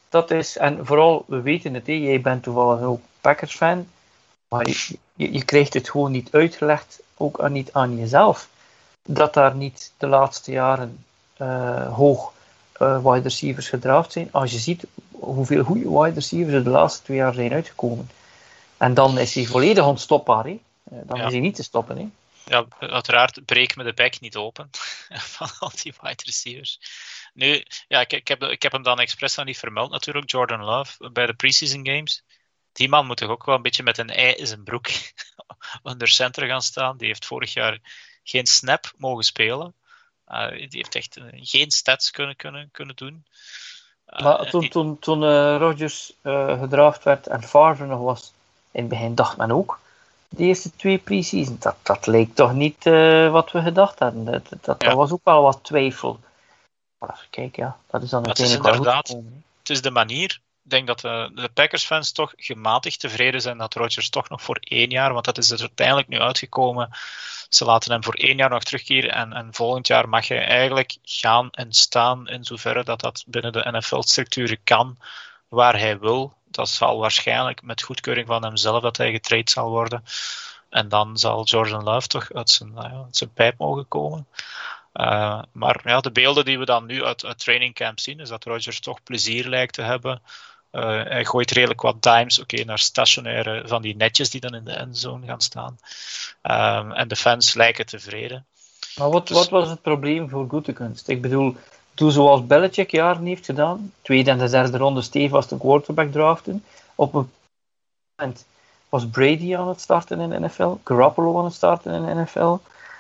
dat is, en vooral, we weten het, jij bent toevallig ook Packers-fan, maar je krijgt het gewoon niet uitgelegd, ook niet aan jezelf, dat daar niet de laatste jaren hoog wide receivers gedraft zijn. Als je ziet hoeveel goede wide receivers er de laatste 2 jaar zijn uitgekomen. En dan is hij volledig onstopbaar. Hè? Dan is hij niet te stoppen. Hè? Ja, uiteraard breek me de bek niet open van al die wide receivers. Nu, ja, ik heb hem dan expres nog niet vermeld natuurlijk, Jordan Love, bij de preseason games. Die man moet toch ook wel een beetje met een ei in zijn broek onder center gaan staan. Die heeft vorig jaar geen snap mogen spelen. Die heeft echt geen stats kunnen doen. Maar toen Rodgers gedraft werd en Favre nog was, in het begin dacht men ook, de eerste 2 pre-season, dat leek toch niet wat we gedacht hadden. Dat was ook wel wat twijfel. Maar kijk, ja, dat is dan uiteindelijk wel goed gekomen. Het is de manier. Ik denk dat de Packers-fans toch gematigd tevreden zijn dat Rodgers toch nog voor 1 jaar, want dat is er uiteindelijk nu uitgekomen. Ze laten hem voor 1 jaar nog terugkeren en volgend jaar mag hij eigenlijk gaan en staan in zoverre dat binnen de NFL-structuren kan waar hij wil. Dat zal waarschijnlijk met goedkeuring van hemzelf dat hij getraind zal worden. En dan zal Jordan Love toch uit zijn pijp mogen komen. Maar ja, de beelden die we dan nu uit training camp zien, is dat Rodgers toch plezier lijkt te hebben. Hij gooit redelijk wat dimes naar stationaire van die netjes die dan in de endzone gaan staan. En de fans lijken tevreden. Maar wat was het probleem voor Gutekunst? Ik bedoel, doe zoals Belichick jaren heeft gedaan. 2e en de 3e ronde stevast een quarterback draften. Op een moment was Brady aan het starten in de NFL. Garoppolo aan het starten in de NFL.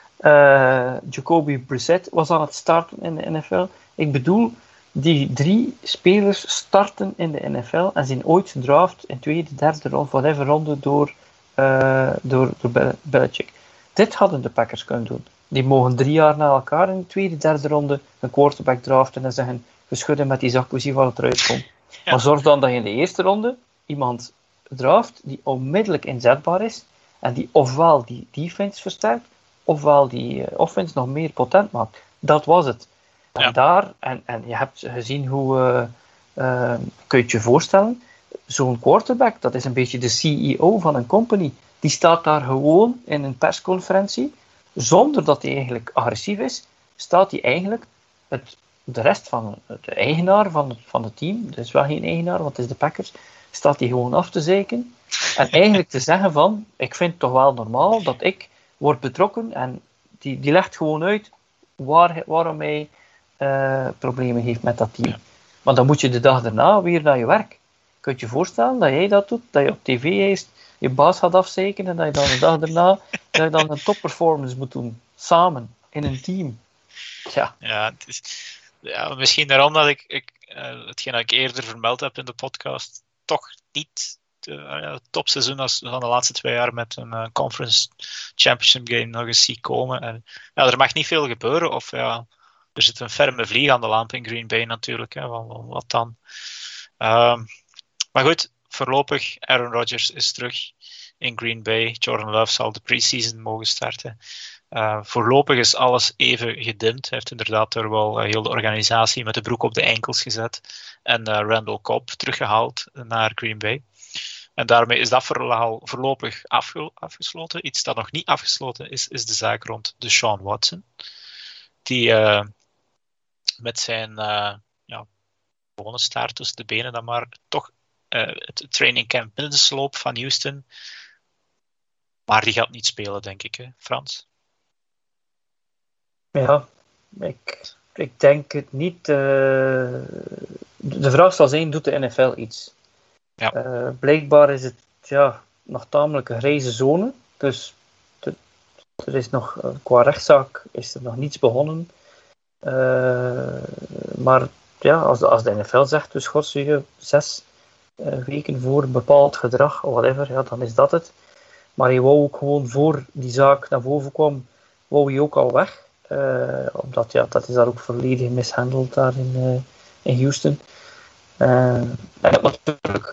Jacoby Brissett was aan het starten in de NFL. Ik bedoel, die 3 spelers starten in de NFL en zijn ooit gedraft in 2e, 3e ronde, whatever ronde door Belichick. Dit hadden de Packers kunnen doen. Die mogen 3 jaar na elkaar in de 2e, 3e ronde een quarterback draften en zeggen, we schudden met die zak, we zien wat het eruit komt. Ja. Maar zorg dan dat je in de eerste ronde iemand draft die onmiddellijk inzetbaar is en die ofwel die defense versterkt, ofwel die offense nog meer potent maakt. Dat was het. En en je hebt gezien hoe, kun je het je voorstellen, zo'n quarterback, dat is een beetje de CEO van een company, die staat daar gewoon in een persconferentie, zonder dat hij eigenlijk agressief is, staat hij eigenlijk de rest van de eigenaar van het team, het is wel geen eigenaar, want het is de Packers, staat hij gewoon af te zeiken en eigenlijk te zeggen van, ik vind het toch wel normaal dat ik word betrokken en die legt gewoon uit waarom hij problemen heeft met dat team. Ja. Maar dan moet je de dag daarna weer naar je werk. Kun je je voorstellen dat jij dat doet, dat je op tv eerst je baas gaat afzeiken en dat je dan de dag daarna dat je dan een topperformance moet doen, samen, in een team. Ja, het is, misschien daarom dat ik hetgeen dat ik eerder vermeld heb in de podcast, toch niet het topseizoen van de laatste 2 jaar met een conference championship game nog eens zie komen. En, er mag niet veel gebeuren, of er zit een ferme vlieg aan de lamp in Green Bay natuurlijk. Hè, wat dan? Maar goed, voorlopig, Aaron Rodgers is terug in Green Bay. Jordan Love zal de preseason mogen starten. Voorlopig is alles even gedimd. Hij heeft inderdaad er wel heel de organisatie met de broek op de enkels gezet. En Randall Cobb teruggehaald naar Green Bay. En daarmee is dat verhaal voorlopig afgesloten. Iets dat nog niet afgesloten is de zaak rond Deshaun Watson. Die met zijn gewone staart tussen de benen dan maar toch het trainingcamp binnensloop van Houston. Maar die gaat niet spelen, denk ik, hè, Frans? Ja, ik denk het niet. De vraag zal zijn, doet de NFL iets? Ja. Blijkbaar is het nog tamelijk een grijze zone. Dus er is nog, qua rechtszaak is er nog niets begonnen. Maar als de NFL zegt, dus schorsen je 6 weken voor bepaald gedrag, of whatever, dan is dat het. Maar je wou ook gewoon voor die zaak naar boven kwam, wou je ook al weg. Omdat dat is daar ook volledig mishandeld daar in Houston. En natuurlijk,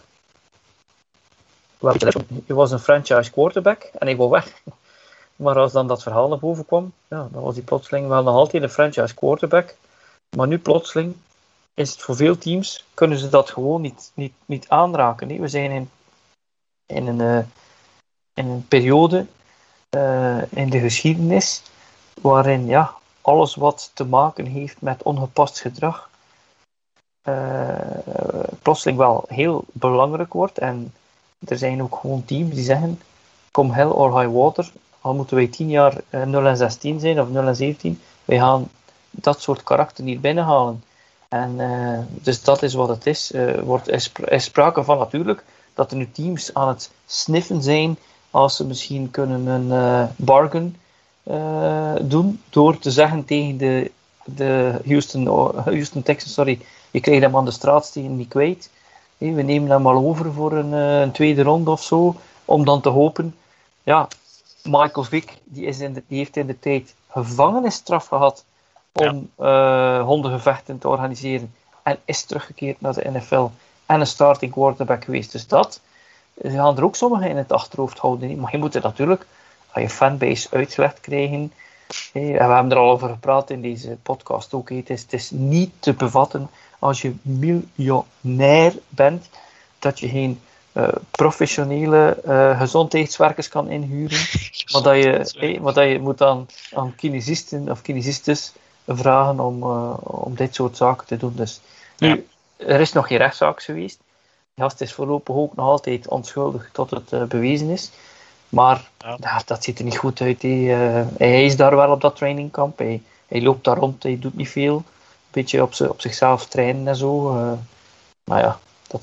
je was een franchise quarterback en ik wou weg. Maar als dan dat verhaal naar boven kwam, dan was hij plotseling wel nog altijd een franchise quarterback. Maar nu plotseling is het voor veel teams, kunnen ze dat gewoon niet aanraken. Nee? We zijn in een periode in de geschiedenis waarin alles wat te maken heeft met ongepast gedrag plotseling wel heel belangrijk wordt. En er zijn ook gewoon teams die zeggen, kom hell or high water, al moeten wij 10 jaar 0-16 zijn of 0-17, wij gaan dat soort karakter niet binnenhalen. En dus dat is wat het is. Er is sprake van natuurlijk dat er nu teams aan het sniffen zijn als ze misschien kunnen een bargain doen door te zeggen tegen de Houston Texans, je krijgt hem aan de straat steken niet kwijt. We nemen hem al over voor een tweede ronde of zo, om dan te hopen. Ja, Michael Vick die heeft in de tijd gevangenisstraf gehad om hondengevechten te organiseren en is teruggekeerd naar de NFL en een starting quarterback geweest. Dus dat gaan er ook sommigen in het achterhoofd houden. Maar je moet er natuurlijk aan je fanbase uitgelegd krijgen. En we hebben er al over gepraat in deze podcast ook. Het is niet te bevatten als je miljonair bent, dat je geen professionele gezondheidswerkers kan inhuren, maar dat je moet aan kinesisten of kinesistes vragen om dit soort zaken te doen. Dus nu, er is nog geen rechtszaak geweest. De gast is voorlopig ook nog altijd onschuldig tot het bewezen is. Maar dat ziet er niet goed uit. Hij is daar wel op dat trainingkamp. Hij loopt daar rond, hij doet niet veel. Een beetje op zichzelf trainen en zo. Maar ja,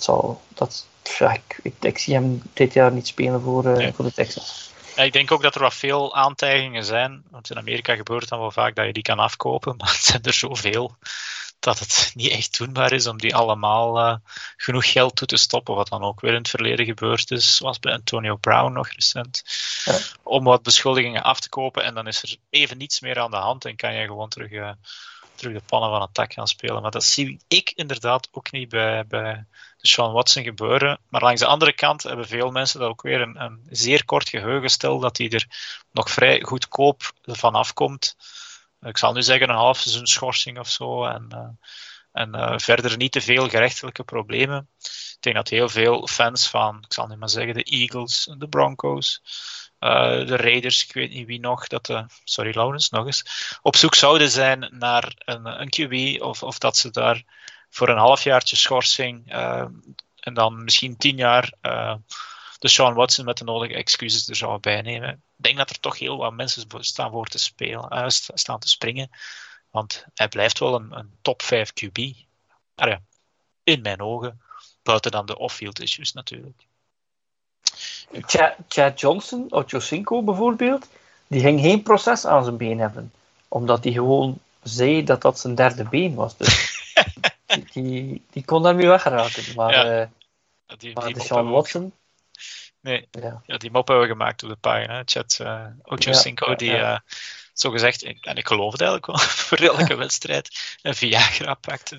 ik zie hem dit jaar niet spelen voor de Texans. Ja, ik denk ook dat er wat veel aantijgingen zijn. Want in Amerika gebeurt het dan wel vaak dat je die kan afkopen. Maar het zijn er zoveel dat het niet echt doenbaar is om die allemaal genoeg geld toe te stoppen. Wat dan ook weer in het verleden gebeurd is. Zoals bij Antonio Brown nog recent. Ja. Om wat beschuldigingen af te kopen. En dan is er even niets meer aan de hand. En kan je gewoon terug de pannen van het dak gaan spelen. Maar dat zie ik inderdaad ook niet bij de Sean Watson gebeuren. Maar langs de andere kant hebben veel mensen dat ook weer een zeer kort geheugen. Stel dat hij er nog vrij goedkoop van afkomt. Ik zal nu zeggen een half seizoen schorsing of zo. En verder niet te veel gerechtelijke problemen. Ik denk dat heel veel fans van, ik zal nu maar zeggen, de Eagles, de Broncos, de Raiders, ik weet niet wie nog, Lawrence nog eens, op zoek zouden zijn naar een QB of dat ze daar voor een halfjaartje schorsing en dan misschien 10 jaar de Sean Watson met de nodige excuses er zou bijnemen. Ik denk dat er toch heel wat mensen staan voor te staan te springen, want hij blijft wel een top 5 QB. Maar ja, in mijn ogen, buiten dan de off-field issues natuurlijk. Chad Johnson, Ochocinco bijvoorbeeld, die ging geen proces aan zijn been hebben. Omdat hij gewoon zei dat zijn derde been was. Dus die kon daarmee weggeraken. Maar, die de Sean Watson... Nee, die mop hebben we gemaakt op de pagina. Chad Ochocinco, zo gezegd, en ik geloof het eigenlijk wel, voor elke wedstrijd een Viagra pakte.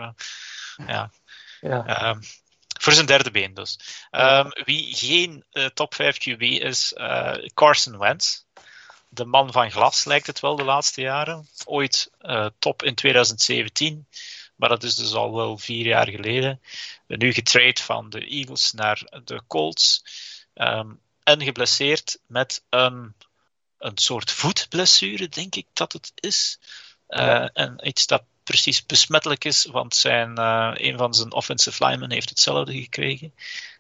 Voor zijn derde been dus. Wie geen top 5 QB is, Carson Wentz. De man van glas lijkt het wel de laatste jaren. Ooit top in 2017, maar dat is dus al wel 4 jaar geleden. Nu getrade van de Eagles naar de Colts. En geblesseerd met een soort voetblessure, denk ik dat het is. En iets dat precies besmettelijk is, want een van zijn offensive linemen heeft hetzelfde gekregen.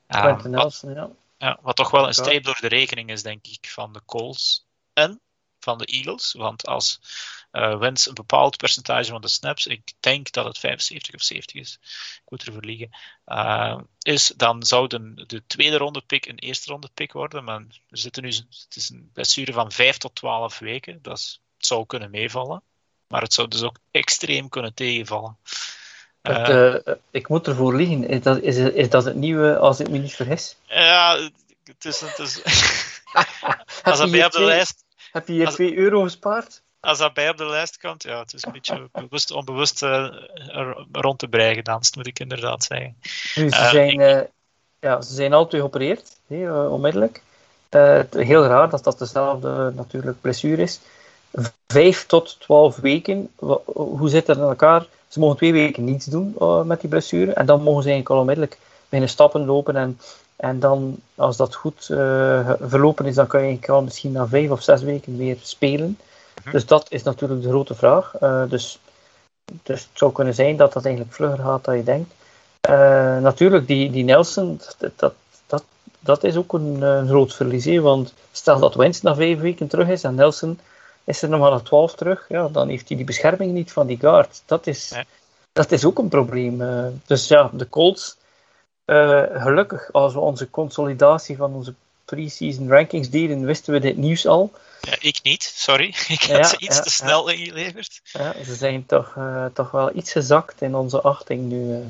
Wat toch wel een streep door de rekening is, denk ik, van de Colts en van de Eagles. Want als Wentz een bepaald percentage van de snaps, ik denk dat het 75 of 70 is, ik moet ervoor liegen, dan zou de tweede ronde pick een eerste ronde pick worden. Maar het is een blessure van 5 tot 12 weken. Het zou kunnen meevallen. Maar het zou dus ook extreem kunnen tegenvallen. Ik moet ervoor liegen. Is dat het nieuwe, als ik me niet vergis? Ja, het is als dat bij op de lijst... Heb je hier €2 gespaard? Als dat bij op de lijst komt, ja, het is een beetje bewust onbewust rond de brei gedanst, moet ik inderdaad zeggen. Nu, ze zijn al 2 geopereerd, onmiddellijk. Heel raar dat dezelfde natuurlijk blessure is. 5 tot 12 weken, hoe zit dat in elkaar? Ze mogen 2 weken niets doen met die blessure. En dan mogen ze eigenlijk al onmiddellijk beginnen stappen lopen. En dan, als dat goed verlopen is, dan kan je eigenlijk al misschien na 5 of 6 weken weer spelen. Dus dat is natuurlijk de grote vraag. Dus het zou kunnen zijn dat dat eigenlijk vlugger gaat dan je denkt. Natuurlijk, die Nelson, dat is ook een groot verlies. Hè? Want stel dat Wentz na 5 weken terug is en Nelson is er nog maar na 12 terug, ja, dan heeft hij die bescherming niet van die guard. Dat is ook een probleem. Dus ja, de Colts, gelukkig, als we onze consolidatie van onze pre-season rankings deden, wisten we dit nieuws al. Ja, ik niet, sorry. Ik had ze iets te snel ingeleverd. Ja, ze zijn toch wel iets gezakt in onze achting nu.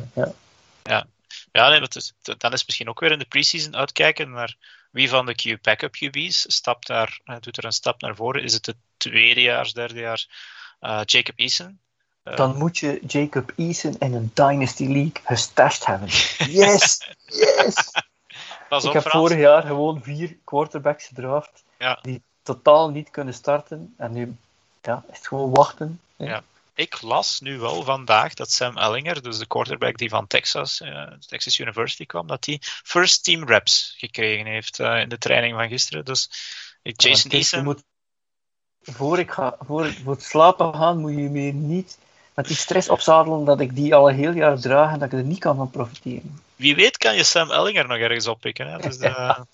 Ja, nee, dan is misschien ook weer in de pre-season uitkijken naar wie van de backup QB's doet er een stap naar voren. Is het de tweedejaars, derdejaars Jacob Eason? Dan moet je Jacob Eason in een Dynasty League gestashed hebben. Yes! Pas op, ik heb Frans. vorig jaar gewoon 4 quarterbacks gedraft die totaal niet kunnen starten. En nu is het gewoon wachten. Ja. Ik las nu wel vandaag dat Sam Ehlinger, dus de quarterback die van Texas University kwam, dat hij first team reps gekregen heeft in de training van gisteren. Dus Jason Eason... Voor het slapen gaan moet je me niet met die stress opzadelen dat ik die al een heel jaar draag en dat ik er niet kan van profiteren. Wie weet kan je Sam Ehlinger nog ergens oppikken. Hè? Dus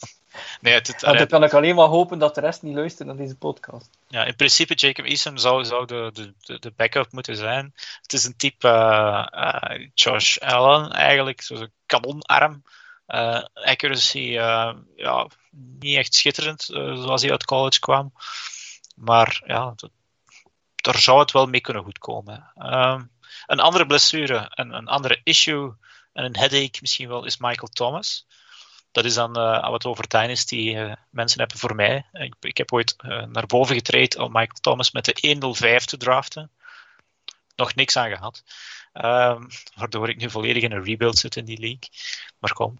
dan kan ik alleen maar hopen dat de rest niet luistert naar deze podcast. Ja, in principe Jacob Eason zou de backup moeten zijn. Het is een type Josh Allen eigenlijk, zo'n kanonarm. Accuracy, niet echt schitterend, zoals hij uit college kwam. Maar ja, daar zou het wel mee kunnen goedkomen. Een andere blessure, een andere issue en een headache misschien wel, is Michael Thomas. Dat is dan wat over Dynasty mensen hebben voor mij. Ik heb ooit naar boven getraind om Michael Thomas met de 105 te draften. Nog niks aan gehad. Waardoor ik nu volledig in een rebuild zit in die league. Maar kom.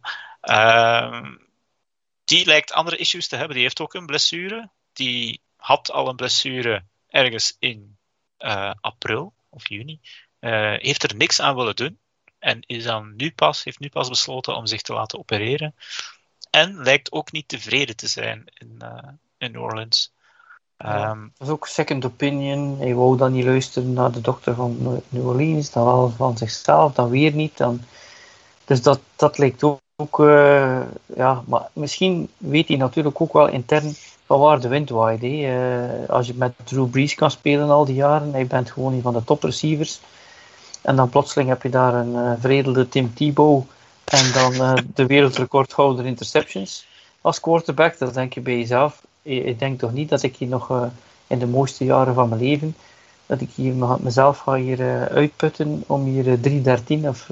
Die lijkt andere issues te hebben. Die heeft ook een blessure. Die had al een blessure ergens in april of juni. Heeft er niks aan willen doen. En heeft nu pas besloten om zich te laten opereren. En lijkt ook niet tevreden te zijn in New Orleans. Dat is ook second opinion. Hij wou dan niet luisteren naar de dokter van New Orleans. Dan wel van zichzelf, dan weer niet. Dus dat lijkt ook... maar misschien weet hij natuurlijk ook wel intern van waar de wind waait. Als je met Drew Brees kan spelen al die jaren. Hij bent gewoon een van de top receivers. En dan plotseling heb je daar een veredelde Tim Tebow en dan de wereldrecordhouder interceptions als quarterback. Dan denk je bij jezelf, ik denk toch niet dat ik hier nog in de mooiste jaren van mijn leven, dat ik hier mezelf ga hier uitputten om hier 3-13 of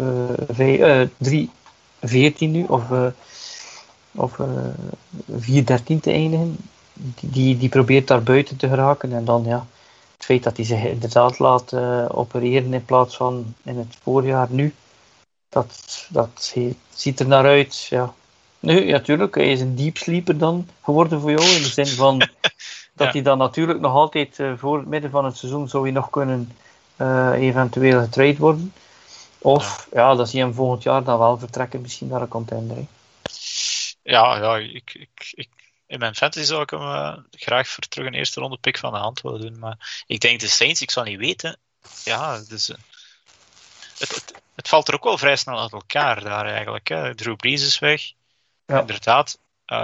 3-14 nu of 4-13 te eindigen. Die probeert daar buiten te geraken en dan het feit dat hij zich inderdaad laat opereren in plaats van in het voorjaar nu, dat ziet er naar uit. Ja. Nu, natuurlijk, hij is een deep sleeper dan geworden voor jou, in de zin van dat hij dan natuurlijk nog altijd voor het midden van het seizoen zou hij nog kunnen eventueel getrade worden. Of dat zie je hem volgend jaar dan wel vertrekken, misschien naar een contender. Hè. In mijn fantasy zou ik hem graag voor terug een eerste ronde pick van de hand willen doen. Maar ik denk de Saints, ik zal niet weten. Ja, dus, het valt er ook wel vrij snel uit elkaar daar eigenlijk. Hè. Drew Brees is weg. Ja. Inderdaad.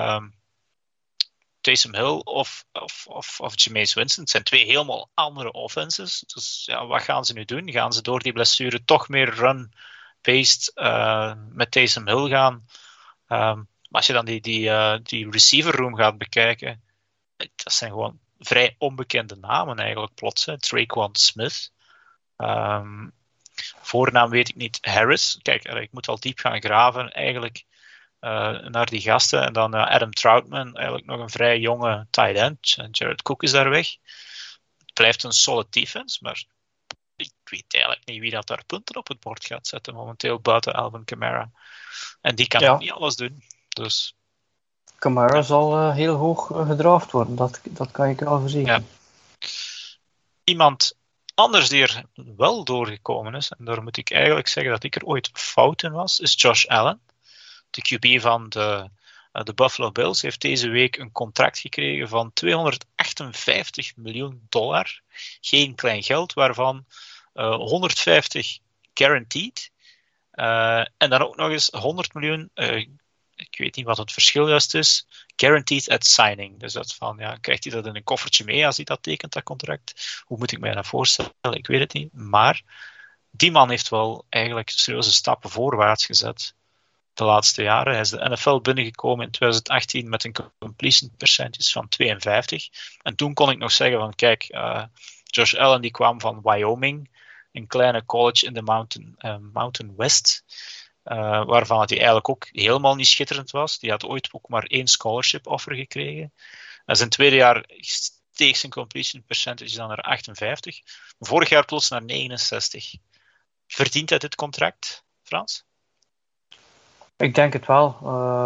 Taysom Hill of Jameis Winston. Het zijn 2 helemaal andere offenses. Dus ja, wat gaan ze nu doen? Gaan ze door die blessure toch meer run-based met Taysom Hill gaan? Maar als je dan die receiver room gaat bekijken, dat zijn gewoon vrij onbekende namen eigenlijk plots. Hè. Traquan Smith. Voornaam weet ik niet. Harris. Kijk, ik moet al diep gaan graven eigenlijk naar die gasten. En dan Adam Troutman, eigenlijk nog een vrij jonge tight end. Jared Cook is daar weg. Het blijft een solid defense, maar ik weet eigenlijk niet wie dat daar punten op het bord gaat zetten momenteel buiten Alvin Kamara. En die kan ook niet alles doen. Dus Kamara zal heel hoog gedraft worden, dat kan ik al verzekeren. Ja. Iemand anders die er wel doorgekomen is, en daar moet ik eigenlijk zeggen dat ik er ooit fout in was, is Josh Allen. De QB van de Buffalo Bills heeft deze week een contract gekregen van $258 miljoen. Geen klein geld, waarvan 150 guaranteed. En dan ook nog eens 100 miljoen, ik weet niet wat het verschil juist is, guaranteed at signing. Dus dat van, ja, krijgt hij dat in een koffertje mee als hij dat tekent, dat contract? Hoe moet ik mij dat voorstellen? Ik weet het niet. Maar die man heeft wel eigenlijk serieuze stappen voorwaarts gezet de laatste jaren. Hij is de NFL binnengekomen in 2018 met een completion percentage van 52. En toen kon ik nog zeggen van, kijk, Josh Allen die kwam van Wyoming, een kleine college in de Mountain West, waarvan hij eigenlijk ook helemaal niet schitterend was. Die had ooit ook maar 1 scholarship offer gekregen. En zijn tweede jaar steeg zijn completion percentage dan naar 58. Vorig jaar plots naar 69. Verdient hij dit contract, Frans? Ik denk het wel.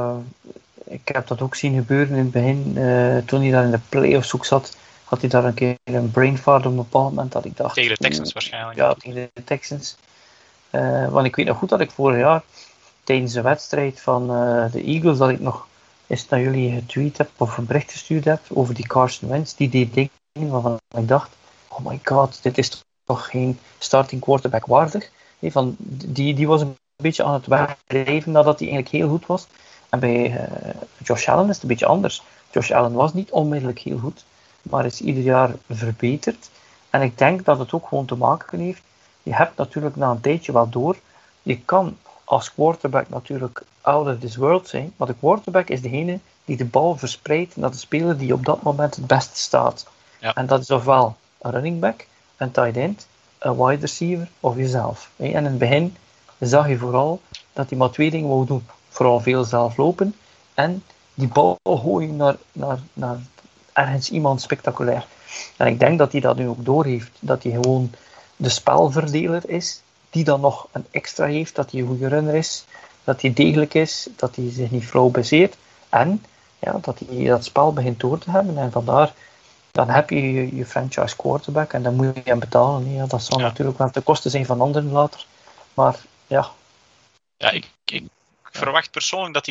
Ik heb dat ook zien gebeuren in het begin. Toen hij daar in de playoffs ook zat, had hij daar een keer een brain fart op een bepaald moment dat ik dacht... Tegen de Texans waarschijnlijk. Ja, tegen de Texans. Want ik weet nog goed dat ik vorig jaar tijdens de wedstrijd van de Eagles, dat ik nog eens naar jullie getweet heb of een bericht gestuurd heb over die Carson Wentz. Die deed dingen waarvan ik dacht, oh my god, dit is toch geen starting quarterback waardig. Nee, die was een beetje aan het wegdrijven nadat hij eigenlijk heel goed was. En bij Josh Allen is het een beetje anders. Josh Allen was niet onmiddellijk heel goed, maar is ieder jaar verbeterd. En ik denk dat het ook gewoon te maken heeft. Je hebt natuurlijk na een tijdje wel door. Je kan als quarterback natuurlijk out of this world zijn, maar de quarterback is degene die de bal verspreidt naar de speler die op dat moment het beste staat. Ja. En dat is ofwel een running back, een tight end, een wide receiver of jezelf. En in het begin zag je vooral dat hij maar 2 dingen wou doen. Vooral veel zelf lopen en die bal gooien naar ergens iemand spectaculair. En ik denk dat hij dat nu ook doorheeft. Dat hij gewoon de spelverdeler is, die dan nog een extra heeft, dat hij een goede runner is, dat hij degelijk is, dat hij zich niet flauw baseert en ja, dat hij dat spel begint door te hebben. En vandaar, dan heb je je franchise quarterback en dan moet je hem betalen. Ja, dat zal natuurlijk wel ten koste zijn van anderen later. Maar ja. Ja, ik verwacht persoonlijk dat die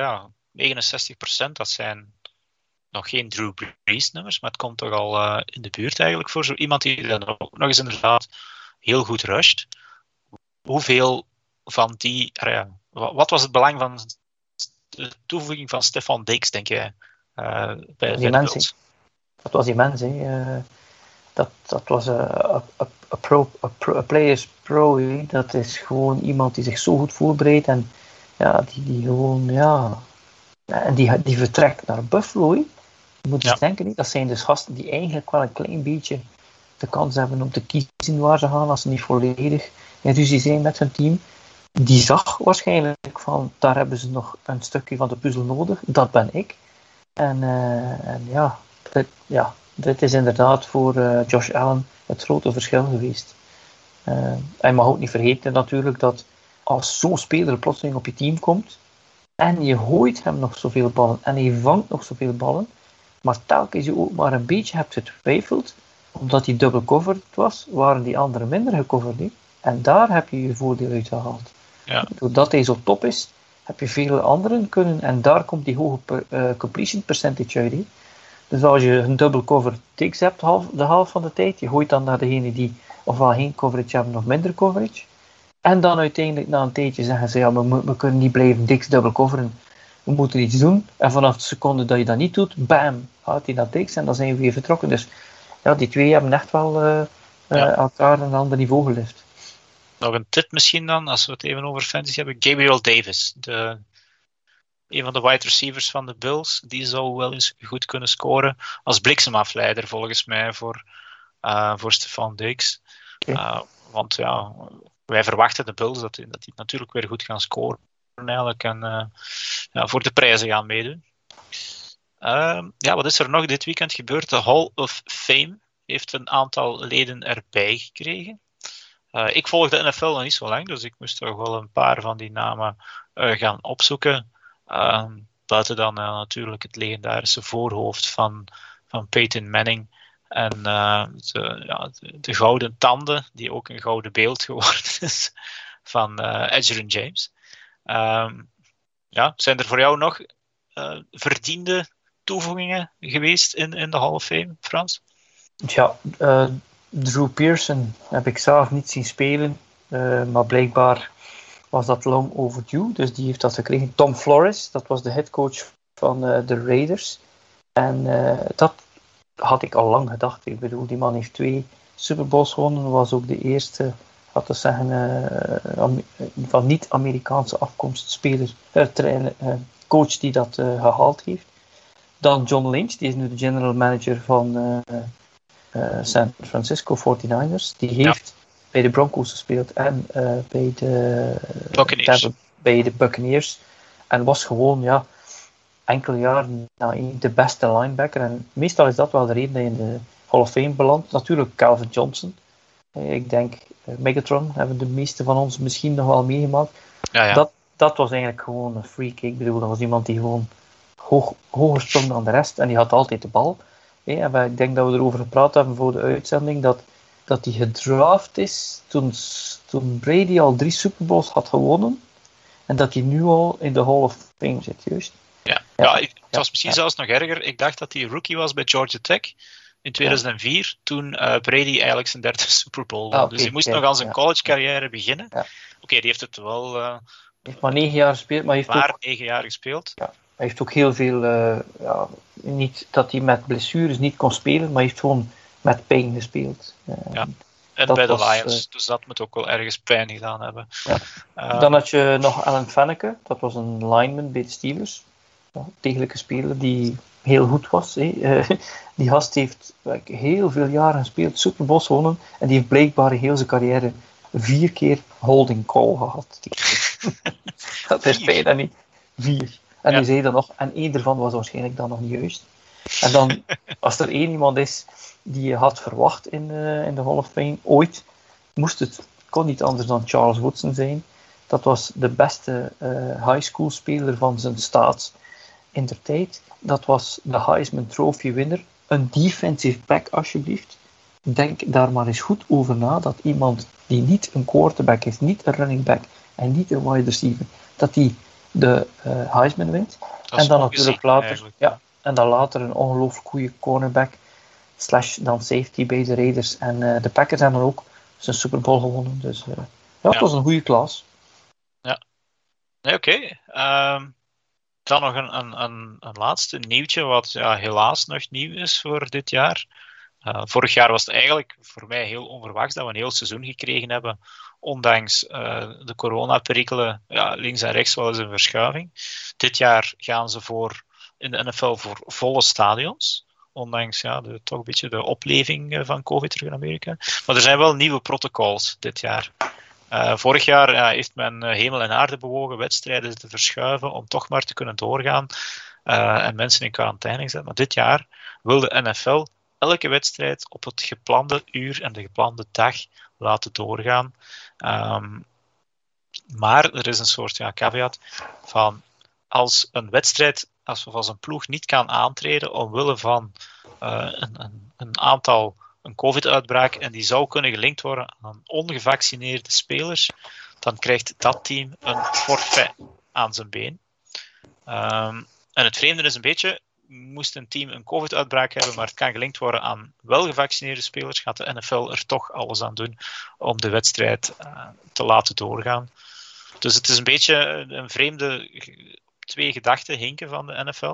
69%, dat zijn nog geen Drew Brees nummers, maar het komt toch al in de buurt eigenlijk voor zo iemand die dan ook nog eens inderdaad heel goed rusht. Hoeveel van die... wat was het belang van de toevoeging van Stefon Diggs, denk jij, bij de Bills? Dat was immens. Dat was een players pro. Dat is gewoon iemand die zich zo goed voorbereidt en ja, die gewoon... Ja, en die vertrekt naar Buffalo. Je moet eens denken, dat zijn dus gasten die eigenlijk wel een klein beetje de kans hebben om te kiezen waar ze gaan als ze niet volledig in ruzie zijn met hun team. Die zag waarschijnlijk van, daar hebben ze nog een stukje van de puzzel nodig. Dat ben ik. En dit is inderdaad voor Josh Allen het grote verschil geweest. En je mag ook niet vergeten natuurlijk dat als zo'n speler plotseling op je team komt en je gooit hem nog zoveel ballen en hij vangt nog zoveel ballen, maar telkens je ook maar een beetje hebt getwijfeld, omdat hij double covered was, waren die anderen minder gecoverd. He? En daar heb je je voordeel uit gehaald. Ja. Doordat hij zo top is, heb je vele anderen kunnen, en daar komt die hoge completion percentage uit. He? Dus als je een double cover Diggs hebt, de helft van de tijd, je gooit dan naar degene die ofwel geen coverage hebben of minder coverage. En dan uiteindelijk na een tijdje zeggen ze, ja, we kunnen niet blijven Diggs double coveren. We moeten iets doen. En vanaf de seconde dat je dat niet doet, bam, gaat hij naar Diggs en dan zijn we weer vertrokken. Dus ja, die twee hebben echt wel elkaar een ander niveau gelift. Nog een tip misschien dan, als we het even over fantasy hebben. Gabriel Davis, een van de wide receivers van de Bills, die zou wel eens goed kunnen scoren als bliksemafleider volgens mij voor Stefon Diggs. Okay. Want ja, wij verwachten de Bills dat die natuurlijk weer goed gaan scoren eigenlijk en voor de prijzen gaan meedoen. Wat is er nog dit weekend gebeurd? De Hall of Fame heeft een aantal leden erbij gekregen. Ik volg de NFL nog niet zo lang, dus ik moest toch wel een paar van die namen gaan opzoeken. Buiten dan natuurlijk het legendarische voorhoofd van Peyton Manning, En de gouden tanden, die ook een gouden beeld geworden is, van Edgerrin James. Zijn er voor jou nog verdiende toevoegingen geweest in de Hall of Fame, Frans? Ja, Drew Pearson heb ik zelf niet zien spelen, maar blijkbaar was dat long overdue, dus die heeft dat gekregen. Tom Flores, dat was de headcoach van de Raiders. En dat had ik al lang gedacht. Ik bedoel, die man heeft 2 Super Bowls gewonnen, was ook de eerste, laten we zeggen, van niet-Amerikaanse afkomst speler, coach die dat gehaald heeft. Dan John Lynch, die is nu de general manager van San Francisco 49ers. Die heeft bij de Broncos gespeeld en bij de Buccaneers. En was gewoon, enkele jaren de beste linebacker. En meestal is dat wel de reden dat je in de Hall of Fame belandt. Natuurlijk Calvin Johnson. Ik denk, Megatron hebben de meeste van ons misschien nog wel meegemaakt. Ja. Dat was eigenlijk gewoon een freak. Ik bedoel, dat was iemand die gewoon hoger sprong dan de rest. En die had altijd de bal. En ik denk dat we erover gepraat hebben voor de uitzending, dat hij gedraft is toen Brady al 3 Super Bowls had gewonnen. En dat hij nu al in de Hall of Fame zit, juist. Het was misschien zelfs nog erger. Ik dacht dat hij rookie was bij Georgia Tech in 2004, toen Brady eigenlijk zijn 3e Super Bowl won. Dus hij moest nog aan zijn collegecarrière beginnen. Ja. Oké, die heeft het wel... Hij heeft maar 9 jaar gespeeld, maar heeft ook 9 jaar gespeeld. Ja. Hij heeft ook heel veel... niet dat hij met blessures niet kon spelen, maar hij heeft gewoon met pijn gespeeld. En bij de Lions, dus dat moet ook wel ergens pijn gedaan hebben. Ja. Dan had je nog Alan Faneca, dat was een lineman bij de Steelers. Degelijke speler die heel goed was. Die gast heeft heel veel jaren gespeeld, Super Bowls gewonnen, en die heeft blijkbaar heel zijn carrière 4 keer holding call gehad. Dat is bijna niet. 4. En die zei dan nog, en 1 ervan was waarschijnlijk dan nog niet juist. En dan, als er 1 iemand is die je had verwacht in de Hall of Fame, ooit, kon niet anders dan Charles Woodson zijn. Dat was de beste high school speler van zijn staat in der tijd. Dat was de Heisman Trophy winner. Een defensive back, alsjeblieft. Denk daar maar eens goed over na, dat iemand die niet een quarterback is, niet een running back en niet een wide receiver, dat die de Heisman wint. En dan natuurlijk later een ongelooflijk goede cornerback / dan safety bij de Raiders. En de Packers hebben ook zijn Super Bowl gewonnen. Dus het was een goede klas. Ja. Nee, oké. Dan nog een laatste nieuwtje, wat helaas nog nieuw is voor dit jaar. Vorig jaar was het eigenlijk voor mij heel onverwachts dat we een heel seizoen gekregen hebben, ondanks de coronaperikelen, links en rechts wel eens een verschuiving. Dit jaar gaan ze in de NFL voor volle stadions, ondanks toch een beetje de opleving van COVID terug in Amerika. Maar er zijn wel nieuwe protocols dit jaar. Vorig jaar heeft men hemel en aarde bewogen, wedstrijden te verschuiven om toch maar te kunnen doorgaan en mensen in quarantaine gezet. Maar dit jaar wil de NFL elke wedstrijd op het geplande uur en de geplande dag laten doorgaan. Maar er is een soort caveat van als een wedstrijd, als een ploeg niet kan aantreden omwille van een aantal, een COVID-uitbraak, en die zou kunnen gelinkt worden aan ongevaccineerde spelers, dan krijgt dat team een forfait aan zijn been. En het vreemde is een beetje, moest een team een COVID-uitbraak hebben, maar het kan gelinkt worden aan wel gevaccineerde spelers, gaat de NFL er toch alles aan doen om de wedstrijd te laten doorgaan. Dus het is een beetje een vreemde 2 gedachten hinken van de NFL.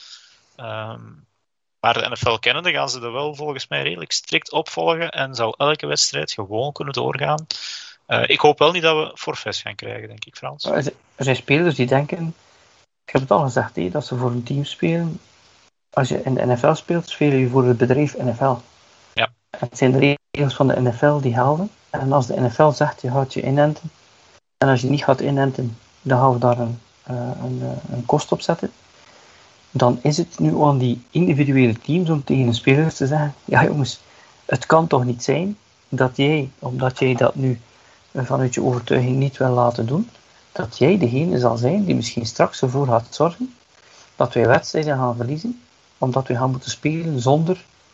Maar de NFL kennende gaan ze er wel volgens mij redelijk strikt opvolgen en zal elke wedstrijd gewoon kunnen doorgaan. Ik hoop wel niet dat we forfaits gaan krijgen, denk ik, Frans. Er zijn spelers die denken, ik heb het al gezegd, dat ze voor een team spelen. Als je in de NFL speelt, speel je voor het bedrijf NFL. Ja. En het zijn de regels van de NFL die gelden. En als de NFL zegt, je gaat je inenten, en als je niet gaat inenten, dan gaan we daar een kost op zetten. Dan is het nu aan die individuele teams om tegen de spelers te zeggen, ja jongens, het kan toch niet zijn dat jij, omdat jij dat nu vanuit je overtuiging niet wil laten doen, dat jij degene zal zijn die misschien straks ervoor gaat zorgen dat wij wedstrijden gaan verliezen, omdat we gaan moeten spelen zonder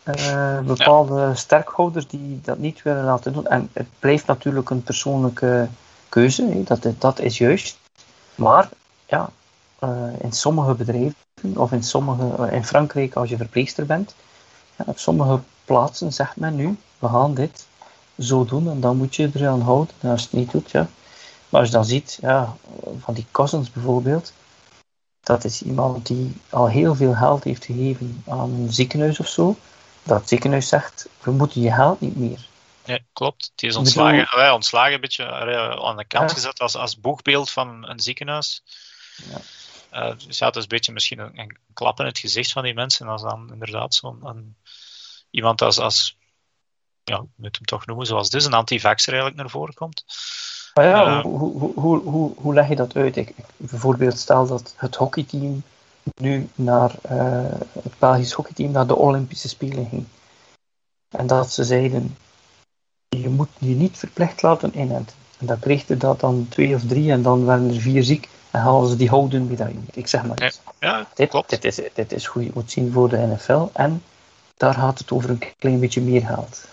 bepaalde sterkhouders die dat niet willen laten doen. En het blijft natuurlijk een persoonlijke keuze, hè. Dat is juist. Maar ja, in sommige bedrijven, of in Frankrijk als je verpleegster bent, ja, op sommige plaatsen zegt men nu, we gaan dit zo doen en dan moet je er aan houden. En als je het niet doet, ja. Maar als je dan ziet, ja, van die Cousins bijvoorbeeld, dat is iemand die al heel veel geld heeft gegeven aan een ziekenhuis of zo. Dat ziekenhuis zegt, we moeten je geld niet meer. Ja, klopt. Die is ontslagen, ontslagen een beetje aan de kant gezet als boegbeeld van een ziekenhuis. Ja. Dus ja, het is een beetje misschien een klap in het gezicht van die mensen als dan inderdaad zo'n iemand als ja, je moet hem toch noemen zoals dit, een anti-vaxxer eigenlijk naar voren komt. Maar ja, hoe leg je dat uit? Bijvoorbeeld stel dat het hockeyteam nu naar het Belgisch hockeyteam naar de Olympische Spelen ging. En dat ze zeiden, je moet je niet verplicht laten inenten. En dan kreeg je dat dan 2 of 3 en dan werden er 4 ziek en halen ze die gouden medaille. Ik zeg maar iets. Ja, dit is hoe je moet zien voor de NFL en daar gaat het over een klein beetje meer geld.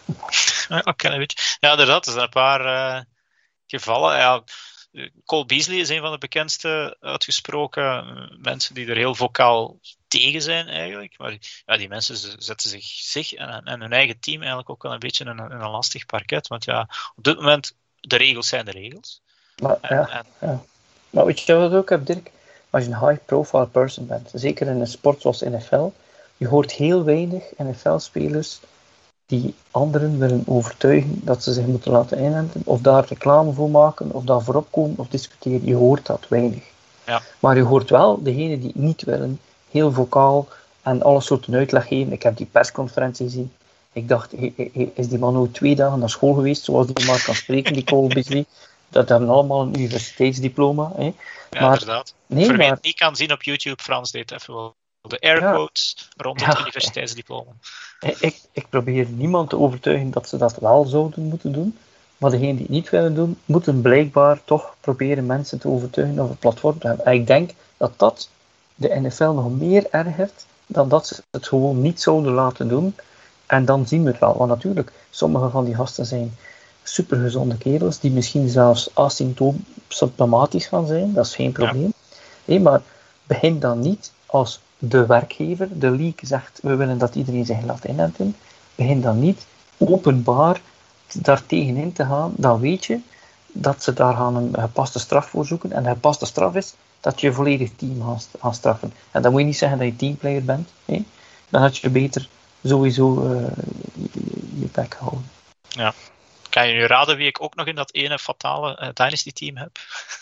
Ja, inderdaad, er zijn een paar gevallen. Ja, Cole Beasley is een van de bekendste uitgesproken mensen die er heel vocaal tegen zijn eigenlijk. Maar ja, die mensen zetten zich en hun eigen team eigenlijk ook wel een beetje in een lastig parket. Want ja, op dit moment, de regels zijn de regels. Maar, maar weet je wat ik ook heb, Dirk? Als je een high-profile person bent, zeker in een sport zoals NFL, je hoort heel weinig NFL-spelers die anderen willen overtuigen dat ze zich moeten laten inenten, of daar reclame voor maken, of daar voorop komen, of discussiëren. Je hoort dat weinig. Ja. Maar je hoort wel degenen die het niet willen, heel vocaal en alle soorten uitleg geven. Ik heb die persconferentie gezien. Ik dacht, is die man nou 2 dagen naar school geweest, zoals die maar kan spreken, die Cole Beasley? Dat hebben allemaal een universiteitsdiploma. Hè. Ja, maar, inderdaad. Voor wie het niet kan zien op YouTube, Frans deed even wel de airquotes rond het universiteitsdiploma. Ik probeer niemand te overtuigen dat ze dat wel zouden moeten doen, maar degenen die het niet willen doen, moeten blijkbaar toch proberen mensen te overtuigen of het platform te hebben. En ik denk dat de NFL nog meer ergert dan dat ze het gewoon niet zouden laten doen. En dan zien we het wel. Want natuurlijk, sommige van die gasten zijn supergezonde kerels, die misschien zelfs asymptomatisch gaan zijn. Dat is geen probleem. Ja. Nee, maar begin dan niet als de werkgever, de league zegt, we willen dat iedereen zich laat inenten. Begin dan niet openbaar daar tegenin te gaan. Dan weet je dat ze daar gaan een gepaste straf voor zoeken. En de gepaste straf is dat je volledig team gaat straffen. En dan moet je niet zeggen dat je teamplayer bent. Hè? Dan had je beter sowieso je bek houden. Ja. Kan je nu raden wie ik ook nog in dat ene fatale Dynasty team heb?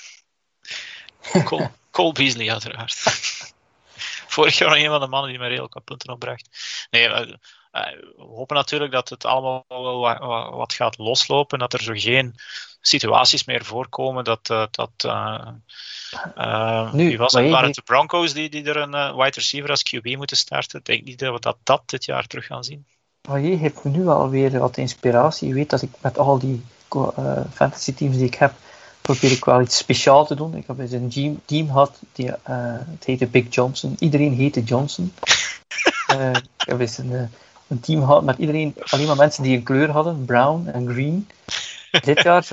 Cole Beasley uiteraard. Vorig jaar nog een van de mannen die me redelijk wat punten opbracht. Nee, we hopen natuurlijk dat het allemaal wel wat gaat loslopen. Dat er zo geen situaties meer voorkomen wie was het? Waren het de Broncos die er een wide receiver als QB moeten starten? Ik denk niet dat we dat dit jaar terug gaan zien. Maar je hebt nu alweer wat inspiratie. Je weet dat ik met al die fantasy teams die ik heb, probeer ik wel iets speciaals te doen. Ik heb eens een team gehad, het heette Big Johnson. Iedereen heette Johnson. Ik heb eens een team gehad met alleen maar mensen die een kleur hadden, brown en green. Dit jaar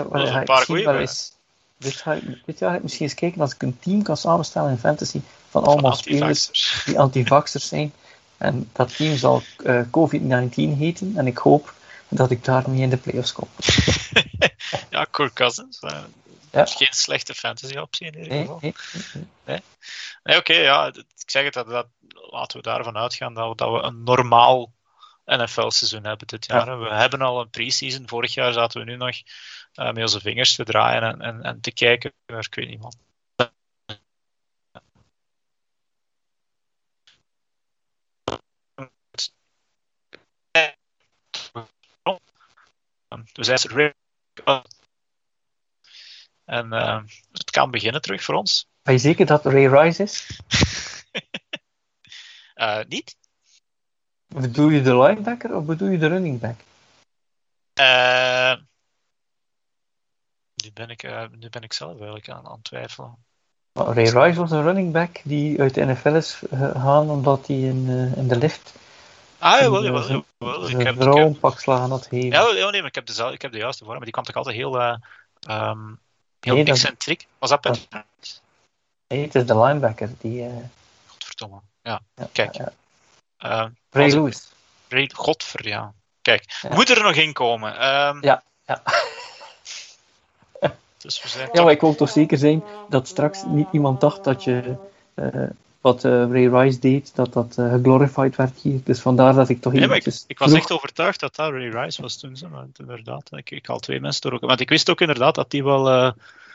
ga ik misschien eens kijken als ik een team kan samenstellen in fantasy van allemaal spelers die anti-vaxxers zijn. En dat team zal COVID-19 heten. En ik hoop dat ik daarmee in de playoffs kom. Ja, Kirk Cousins. Dat is geen slechte fantasy optie in ieder geval. Nee, oké, ja. Ik zeg het, dat laten we daarvan uitgaan dat we een normaal NFL-seizoen hebben dit jaar. Ja. We hebben al een pre-season. Vorig jaar zaten we nu nog met onze vingers te draaien en te kijken. Maar ik weet niet wat. We zijn er en het kan beginnen terug voor ons. Ben je zeker dat Ray Rice is? Niet. Bedoel je de linebacker of bedoel je de running back? Nu ben ik zelf eigenlijk aan het twijfelen. Ray Rice was een running back die uit de NFL is gegaan omdat hij in de lift Jawel. Zijn vrouw een pak slagen had gegeven. Ja, nee, maar ik heb de juiste voor, maar die kwam toch altijd heel Nee, excentriek. Was dat Patrick? Nee, het is de linebacker. Godverdomme. Ja, kijk. Ray Lewis. Ja. Kijk, moet er nog in komen. Ja. Dus we zijn Maar ik wil toch zeker zijn dat straks niet iemand dacht dat je wat Ray Rice deed, dat geglorified werd hier. Dus vandaar dat ik toch eventjes... Ik was echt overtuigd dat dat Ray Rice was toen. Maar inderdaad, ik al 2 mensen door elkaar. Want ik wist ook inderdaad dat die wel,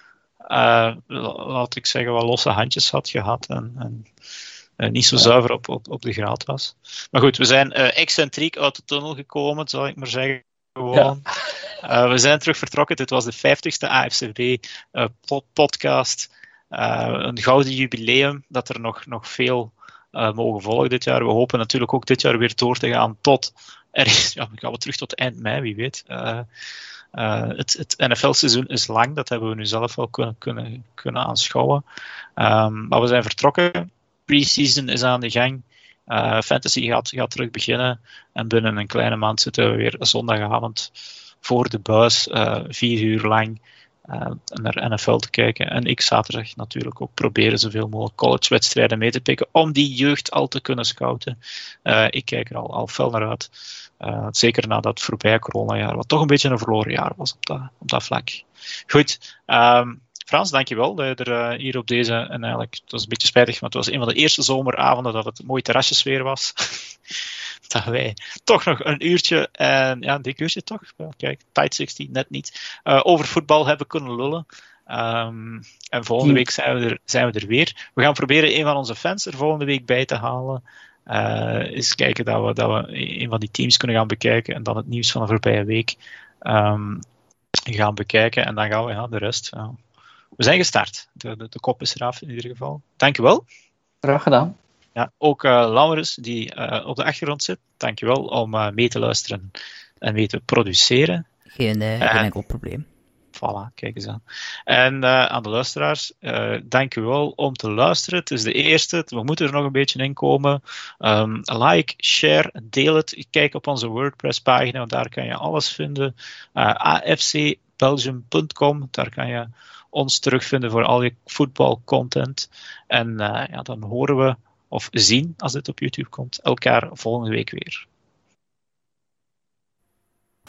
laat ik zeggen, wel losse handjes had gehad. En niet zo zuiver op de graad was. Maar goed, we zijn excentriek uit de tunnel gekomen, zal ik maar zeggen. Gewoon. Ja. We zijn terug vertrokken. Dit was de 50ste AFCB podcast. Een gouden jubileum dat er nog veel mogen volgen dit jaar. We hopen natuurlijk ook dit jaar weer door te gaan tot ergens. Ja, we gaan terug tot eind mei, wie weet. Het NFL-seizoen is lang, dat hebben we nu zelf wel kunnen aanschouwen. Maar we zijn vertrokken. Pre-season is aan de gang. Fantasy gaat terug beginnen. En binnen een kleine maand zitten we weer zondagavond voor de buis, 4 uur lang naar NFL te kijken. En ik zaterdag natuurlijk ook proberen zoveel mogelijk college-wedstrijden mee te pikken om die jeugd al te kunnen scouten. Ik kijk er al fel naar uit. Zeker na dat voorbije coronajaar, wat toch een beetje een verloren jaar was op dat vlak. Goed, Frans, dankjewel dat je er hier op deze, en eigenlijk, het was een beetje spijtig, maar het was een van de eerste zomeravonden dat het mooi terrasjesfeer was. Dat wij toch nog een uurtje, en ja, een dik uurtje toch, kijk, tight 60, net niet, over voetbal hebben kunnen lullen. En volgende week zijn we er weer. We gaan proberen een van onze fans er volgende week bij te halen. Eens kijken dat we een van die teams kunnen gaan bekijken en dan het nieuws van de voorbije week gaan bekijken. En dan gaan we de rest. We zijn gestart. De kop is eraf in ieder geval. Dankjewel. Graag gedaan. Ja, ook Laurens, die op de achtergrond zit. Dankjewel om mee te luisteren en mee te produceren. Geen enkel probleem. Voilà, kijk eens aan. En aan de luisteraars, dankjewel om te luisteren. Het is de eerste, we moeten er nog een beetje in komen. Like, share, deel het. Kijk op onze WordPress-pagina, want daar kan je alles vinden. afcbelgium.com, daar kan je ons terugvinden voor al je voetbalcontent. En dan horen we, of zien, als dit op YouTube komt, elkaar volgende week weer.